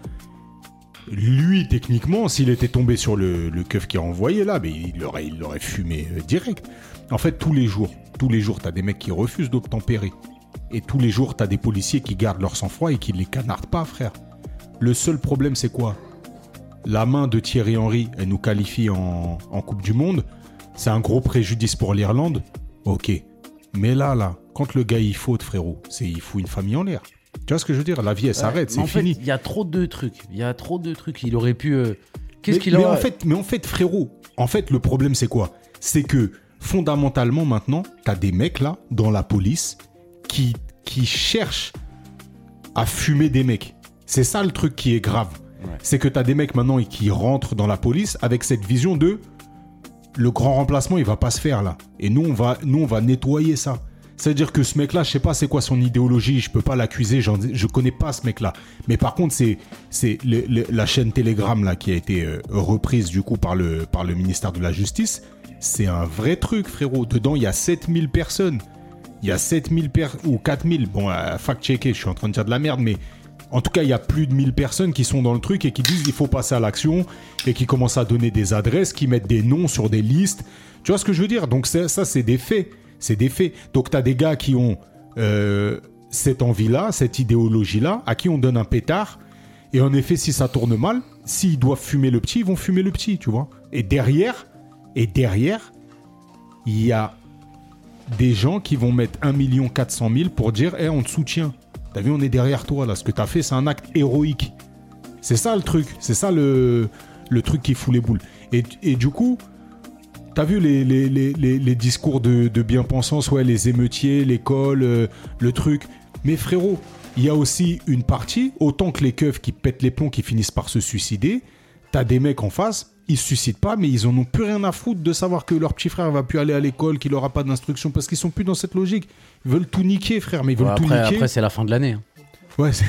Lui, techniquement, s'il était tombé sur le, le keuf qui a envoyé là, mais il l'aurait, il l'aurait fumé euh, direct. En fait, tous les jours, tous les jours, t'as des mecs qui refusent d'obtempérer. Et tous les jours, t'as des policiers qui gardent leur sang-froid et qui les canardent pas, frère. Le seul problème, c'est quoi ? La main de Thierry Henry, elle nous qualifie en, en Coupe du Monde. C'est un gros préjudice pour l'Irlande. Ok. Mais là, là, quand le gars, il faute, frérot, c'est il fout une famille en l'air. Tu vois ce que je veux dire ? La vie, elle ouais, s'arrête, c'est en fini. Il y a trop de trucs. Il y a trop de trucs. Il aurait pu... Euh... Qu'est-ce mais, qu'il mais a... en fait, mais en fait, frérot, en fait, le problème, c'est quoi ? C'est que, fondamentalement, maintenant, t'as des mecs, là, dans la police, qui, qui cherchent à fumer des mecs. C'est ça, le truc qui est grave. Ouais. C'est que t'as des mecs, maintenant, qui rentrent dans la police avec cette vision de... Le grand remplacement, il va pas se faire, là. Et nous, on va, nous, on va nettoyer ça. C'est-à-dire que ce mec-là, je sais pas c'est quoi son idéologie, je peux pas l'accuser, j'en, je connais pas ce mec-là. Mais par contre, c'est, c'est le, le, la chaîne Telegram là qui a été euh, reprise du coup par le, par le ministère de la Justice. C'est un vrai truc, frérot. Dedans, il y a sept mille personnes. Il y a sept mille personnes, ou quatre mille. Bon, euh, fact-checker, je suis en train de dire de la merde, mais en tout cas, il y a plus de mille personnes qui sont dans le truc et qui disent il faut passer à l'action et qui commencent à donner des adresses, qui mettent des noms sur des listes. Tu vois ce que je veux dire ? Donc c'est, ça, c'est des faits. C'est des faits. Donc, tu as des gars qui ont euh, cette envie-là, cette idéologie-là, à qui on donne un pétard. Et en effet, si ça tourne mal, s'ils doivent fumer le petit, ils vont fumer le petit, tu vois. Et derrière, et derrière, il y a des gens qui vont mettre un million quatre cent mille pour dire hey, « on te soutient. T'as vu, on est derrière toi, là. Ce que t'as fait, c'est un acte héroïque. » C'est ça, le truc. C'est ça, le, le truc qui fout les boules. Et, et du coup... T'as vu les, les, les, les, les discours de, de bien-pensance, ouais, les émeutiers, l'école, euh, le truc. Mais frérot, il y a aussi une partie, autant que les keufs qui pètent les plombs, qui finissent par se suicider, t'as des mecs en face, ils se suicident pas, mais ils en ont plus rien à foutre de savoir que leur petit frère va plus aller à l'école, qu'il aura pas d'instruction, parce qu'ils sont plus dans cette logique. Ils veulent tout niquer, frère, mais ils veulent ouais, tout après, niquer. Après, c'est la fin de l'année. Hein. Ouais. C'est...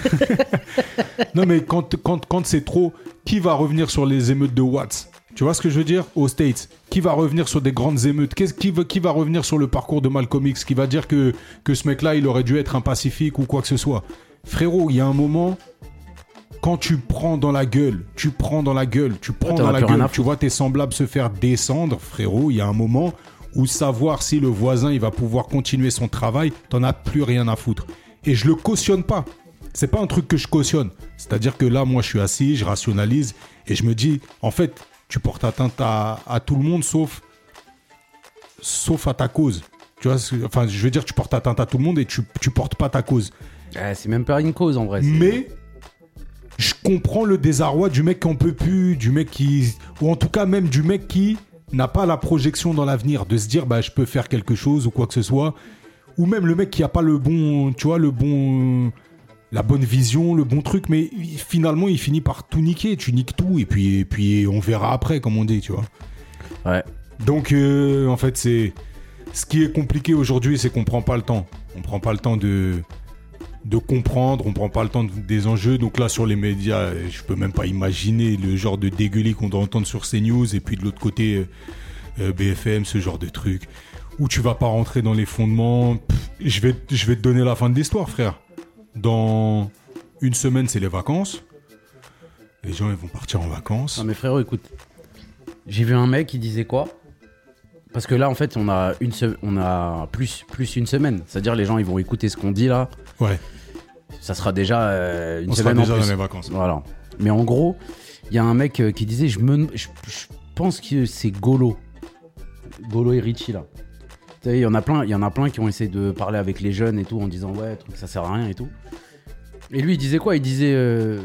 non, mais quand, quand, quand c'est trop, qui va revenir sur les émeutes de Watts ? Tu vois ce que je veux dire ? Aux States, qui va revenir sur des grandes émeutes ? Qu'est-ce qui, va, qui va revenir sur le parcours de Malcolm X ? Qui va dire que, que ce mec-là, il aurait dû être un pacifique ou quoi que ce soit ? Frérot, il y a un moment, quand tu prends dans la gueule, tu prends dans la gueule, tu prends ouais, dans la gueule, tu vois tes semblables se faire descendre, frérot, il y a un moment où savoir si le voisin, il va pouvoir continuer son travail, t'en as plus rien à foutre. Et je le cautionne pas. C'est pas un truc que je cautionne. C'est-à-dire que là, moi, je suis assis, je rationalise et je me dis, en fait... Tu portes atteinte à, à tout le monde sauf, sauf à ta cause. Tu vois, enfin, je veux dire, tu portes atteinte à tout le monde et tu, tu portes pas ta cause. Euh, c'est même pas une cause en vrai. C'est... Mais je comprends le désarroi du mec qui en peut plus, du mec qui, ou en tout cas même du mec qui n'a pas la projection dans l'avenir de se dire, bah, je peux faire quelque chose ou quoi que ce soit, ou même le mec qui a pas le bon, tu vois, le bon. La bonne vision, le bon truc, mais finalement, il finit par tout niquer. Tu niques tout, et puis, et puis on verra après, comme on dit, tu vois. Ouais. Donc, euh, en fait, c'est... Ce qui est compliqué aujourd'hui, c'est qu'on prend pas le temps. On prend pas le temps de, de comprendre, on prend pas le temps de... des enjeux. Donc là, sur les médias, je peux même pas imaginer le genre de dégueulis qu'on doit entendre sur CNews, et puis de l'autre côté, euh, B F M, ce genre de truc, où tu vas pas rentrer dans les fondements. Pff, je vais, je vais te donner la fin de l'histoire, frère. Dans une semaine, c'est les vacances. Les gens, ils vont partir en vacances. Non mais frérot, écoute. J'ai vu un mec qui disait quoi ? Parce que là, en fait, on a, une se... on a plus, plus une semaine. C'est-à-dire, les gens, ils vont écouter ce qu'on dit là. Ouais. Ça sera déjà euh, une on semaine sera déjà en plus. dans les vacances. Voilà. Mais en gros, Il y a un mec euh, qui disait, je, me, je, je pense que c'est Golo. Golo et Richie, là. Tu sais, il y en a plein, il y en a plein qui ont essayé de parler avec les jeunes et tout, en disant, ouais, truc, ça sert à rien et tout. Et lui, il disait quoi ? Il disait... Euh...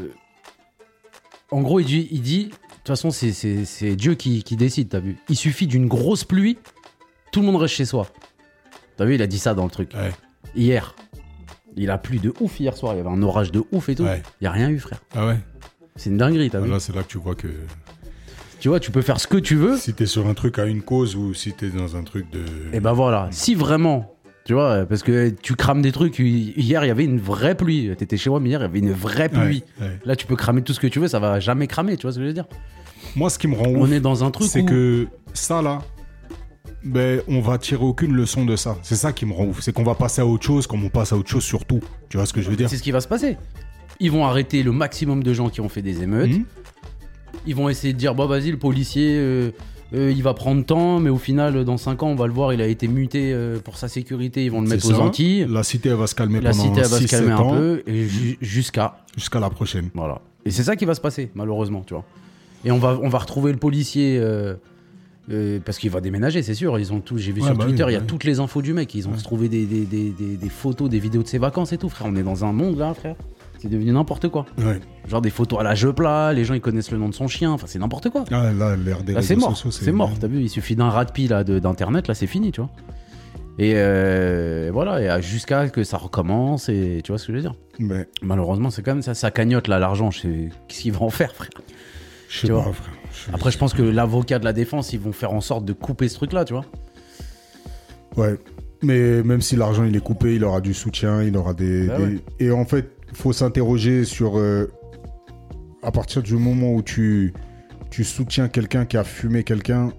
En gros, il dit... Il dit de toute façon, c'est, c'est, c'est Dieu qui, qui décide, t'as vu ? Il suffit d'une grosse pluie, tout le monde reste chez soi. T'as vu, il a dit ça dans le truc. Ouais. Hier, il a plu de ouf hier soir, il y avait un orage de ouf et tout. Ouais. Il n'y a rien eu, frère. Ah ouais ? C'est une dinguerie, t'as vu ? Là, c'est là que tu vois que... Tu vois, tu peux faire ce que tu veux. Si t'es sur un truc à une cause ou si t'es dans un truc de... Et ben voilà, si vraiment, tu vois, parce que tu crames des trucs, hier il y avait une vraie pluie. T'étais chez moi, mais hier il y avait une vraie pluie. Ouais, ouais. Là, tu peux cramer tout ce que tu veux, ça va jamais cramer, tu vois ce que je veux dire ? Moi, ce qui me rend On ouf, est dans un truc c'est où... que ça, là, ben, on va tirer aucune leçon de ça. C'est ça qui me rend ouf. C'est qu'on va passer à autre chose comme on passe à autre chose sur tout. Tu vois ce que je veux dire ? C'est ce qui va se passer. Ils vont arrêter le maximum de gens qui ont fait des émeutes. Mmh. Ils vont essayer de dire, bon, vas-y, le policier, euh, euh, il va prendre temps, mais au final, dans cinq ans, on va le voir, il a été muté euh, pour sa sécurité, ils vont le mettre C'est aux ça. Antilles. La cité, elle va se calmer La pendant cité, elle va se six calmer sept un ans, peu, et ju- jusqu'à... jusqu'à la prochaine. Voilà. Et c'est ça qui va se passer, malheureusement, tu vois. Et on va, on va retrouver le policier, euh, euh, parce qu'il va déménager, c'est sûr. Ils ont tout, j'ai vu Ouais, sur bah Twitter, oui, il y a bah oui. toutes les infos du mec. Ils ont Ouais. trouvé des, des, des, des, des photos, des vidéos de ses vacances et tout, frère. On est dans un monde, là, frère. C'est devenu n'importe quoi. Ouais. Genre des photos à la jeu plat, les gens ils connaissent le nom de son chien, enfin c'est n'importe quoi. Ah, là, l'ère des Là réseaux c'est mort, sociaux, c'est mort, t'as vu, il suffit d'un rat de pie là, de, d'internet, là c'est fini, tu vois. Et euh, voilà, et à- jusqu'à que ça recommence, et tu vois ce que je veux dire. Mais, Malheureusement c'est quand même ça, ça cagnotte là, l'argent, je sais, qu'est-ce qu'ils vont en faire, frère. je sais Tu pas, vois. frère. Je- Après je pense que l'avocat de la défense, ils vont faire en sorte de couper ce truc là, tu vois. Ouais. Mais même si l'argent, il est coupé, il aura du soutien, il aura des... Bah des- ouais. Et en fait, faut s'interroger sur... euh, à partir du moment où tu, tu soutiens quelqu'un qui a fumé quelqu'un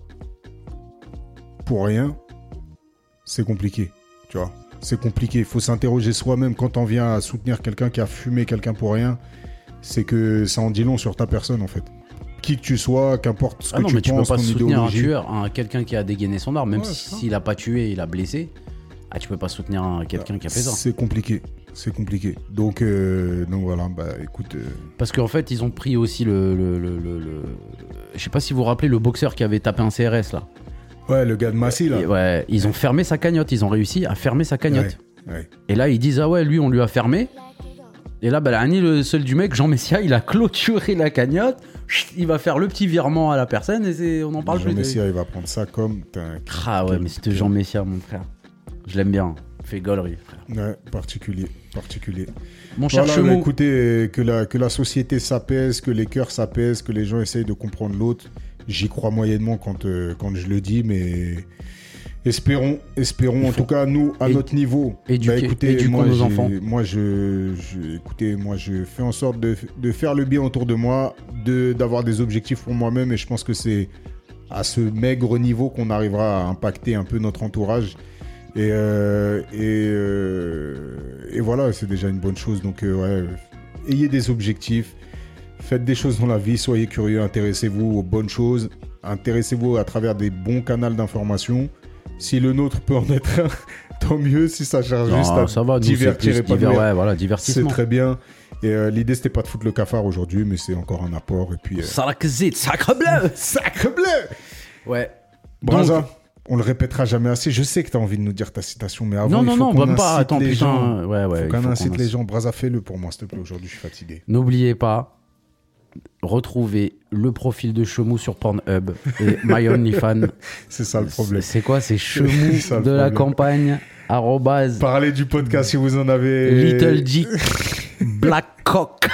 pour rien, c'est compliqué, tu vois. C'est compliqué. Il faut s'interroger soi-même quand on vient à soutenir quelqu'un qui a fumé quelqu'un pour rien. C'est que ça en dit long sur ta personne, en fait. Qui que tu sois, qu'importe ce Ah que non tu mais tu peux penses, pas ton soutenir un idéologie. tueur, un, quelqu'un qui a dégainé son arme, même Ouais, si- c'est ça. s'il a pas tué, il a blessé. Ah tu peux pas soutenir un, quelqu'un qui a fait ça. C'est compliqué. C'est compliqué. Donc, euh, donc voilà, bah écoute... euh, Parce qu'en fait, ils ont pris aussi le, le, le, le- le- Je sais pas si vous vous rappelez le boxeur qui avait tapé un C R S là. Ouais, le gars de Massy, là. Et ouais, ils ont fermé sa cagnotte. Ils ont réussi à fermer sa cagnotte. Ouais, ouais. Et là, ils disent ah ouais, lui on lui a fermé. Et là, bah, l'année, le seul du mec, Jean Messia, il a clôturé la cagnotte. Chut, il va faire le petit virement à la personne et c'est... on en parle Jean plus. Messia, il va prendre ça comme... t'as un- Ah ouais, quel- mais c'était Jean Messia, mon frère. Je l'aime bien. Il fait gaulerie, frère. Ouais, particulier, particulier. Mon cher Voilà, bah, Chemou. écoutez, euh, que la, que la société s'apaise, que les cœurs s'apaisent, que les gens essayent de comprendre l'autre. J'y crois moyennement quand, euh, quand je le dis, mais espérons, espérons. Il En faut tout cas, nous, à édu- notre niveau, éduquer- éduquons moi, nos j'ai- enfants. moi, je, je- écoutez, moi, je fais en sorte de, de faire le bien autour de moi, de, d'avoir des objectifs pour moi-même, et je pense que c'est à ce maigre niveau qu'on arrivera à impacter un peu notre entourage. Et, euh, et, euh, et voilà, c'est déjà une bonne chose. Donc, euh, ouais, ayez des objectifs, faites des choses dans la vie, soyez curieux, intéressez-vous aux bonnes choses, intéressez-vous à travers des bons canaux d'information. Si le nôtre peut en être un, tant mieux. Si ça cherche Non, juste à ça va, nous, c'est divertir plus et pas diver- nourrir, ouais, voilà, c'est divertissement. très bien. Et euh, l'idée, c'était pas de foutre le cafard aujourd'hui, mais c'est encore un apport. Et puis, euh, Salakzit, sacre bleu. sacre bleu. Ouais. Braza, Donc- on le répétera jamais assez. Je sais que tu as envie de nous dire ta citation, mais avant, Non, il non, faut non, qu'on même pas. incite Attends, les putain. gens. Ouais, ouais. faut il qu'on faut incite qu'on les incite. gens. Braza, fais-le pour moi, s'il te plaît. Aujourd'hui, je suis fatigué. N'oubliez pas, retrouvez le profil de Chemou sur Pornhub et My OnlyFans. C'est ça le problème. C'est quoi? C'est Chemou C'est ça, le de la problème. campagne, arrobase, Parlez du podcast si vous en avez. Little Dick, Black Cock.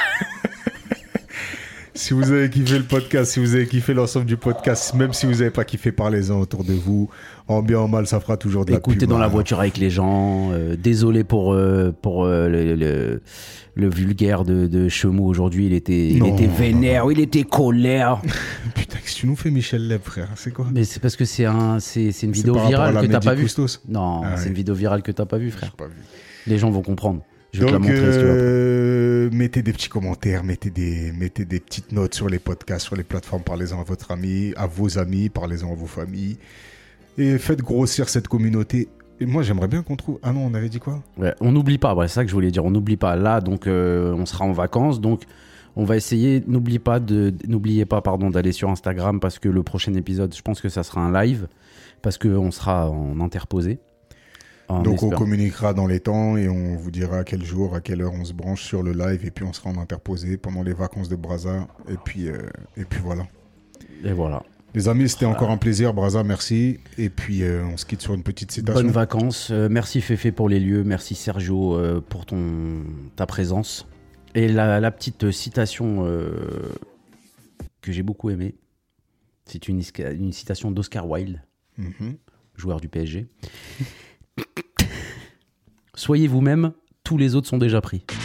Si vous avez kiffé le podcast, si vous avez kiffé l'ensemble du podcast, même si vous n'avez pas kiffé, parlez-en autour de vous. En bien, en mal, ça fera toujours de la Écoutez pub. dans la hein. voiture avec les gens. euh, désolé pour, euh, pour euh, le, le, le vulgaire de, de Chemou aujourd'hui. Il était, il Non, était non, vénère, il était colère. Putain, qu'est-ce que tu nous fais, Michel Leb, frère? C'est quoi? Mais c'est parce que c'est un, c'est, c'est une C'est vidéo par rapport à virale la que t'as pas Mehdi vue. Koustos. Non, Ah c'est ouais. une vidéo virale que t'as pas vue, J'ai frère. pas vu. Les gens vont comprendre. Je vais te la Donc, montrer si tu veux. euh, mettez des petits commentaires, mettez des, mettez des petites notes sur les podcasts, sur les plateformes. Parlez-en à votre ami, à vos amis, parlez-en à vos familles. Et faites grossir cette communauté. Et moi, j'aimerais bien qu'on trouve... Ah non, on avait dit quoi? Ouais, on n'oublie pas, ouais, c'est ça que je voulais dire, on n'oublie pas. Là, donc, euh, on sera en vacances, donc On va essayer, n'oubliez pas, de, n'oubliez pas pardon, d'aller sur Instagram parce que le prochain épisode, je pense que ça sera un live parce qu'on sera en interposé. En Donc espérant. on communiquera dans les temps et on vous dira à quel jour, à quelle heure on se branche sur le live et puis on sera en interposé pendant les vacances de Braza et puis, euh, et puis voilà. Et voilà. Les amis, c'était Voilà. encore un plaisir, Braza, merci. Et puis euh, on se quitte sur une petite citation. Bonnes vacances. Euh, merci Féfé pour les lieux. Merci Sergio euh, pour ton, ta présence. Et la, la petite citation euh, que j'ai beaucoup aimée, c'est une, isca- une citation d'Oscar Wilde, Mhm. joueur du P S G. Soyez vous-même, tous les autres sont déjà pris.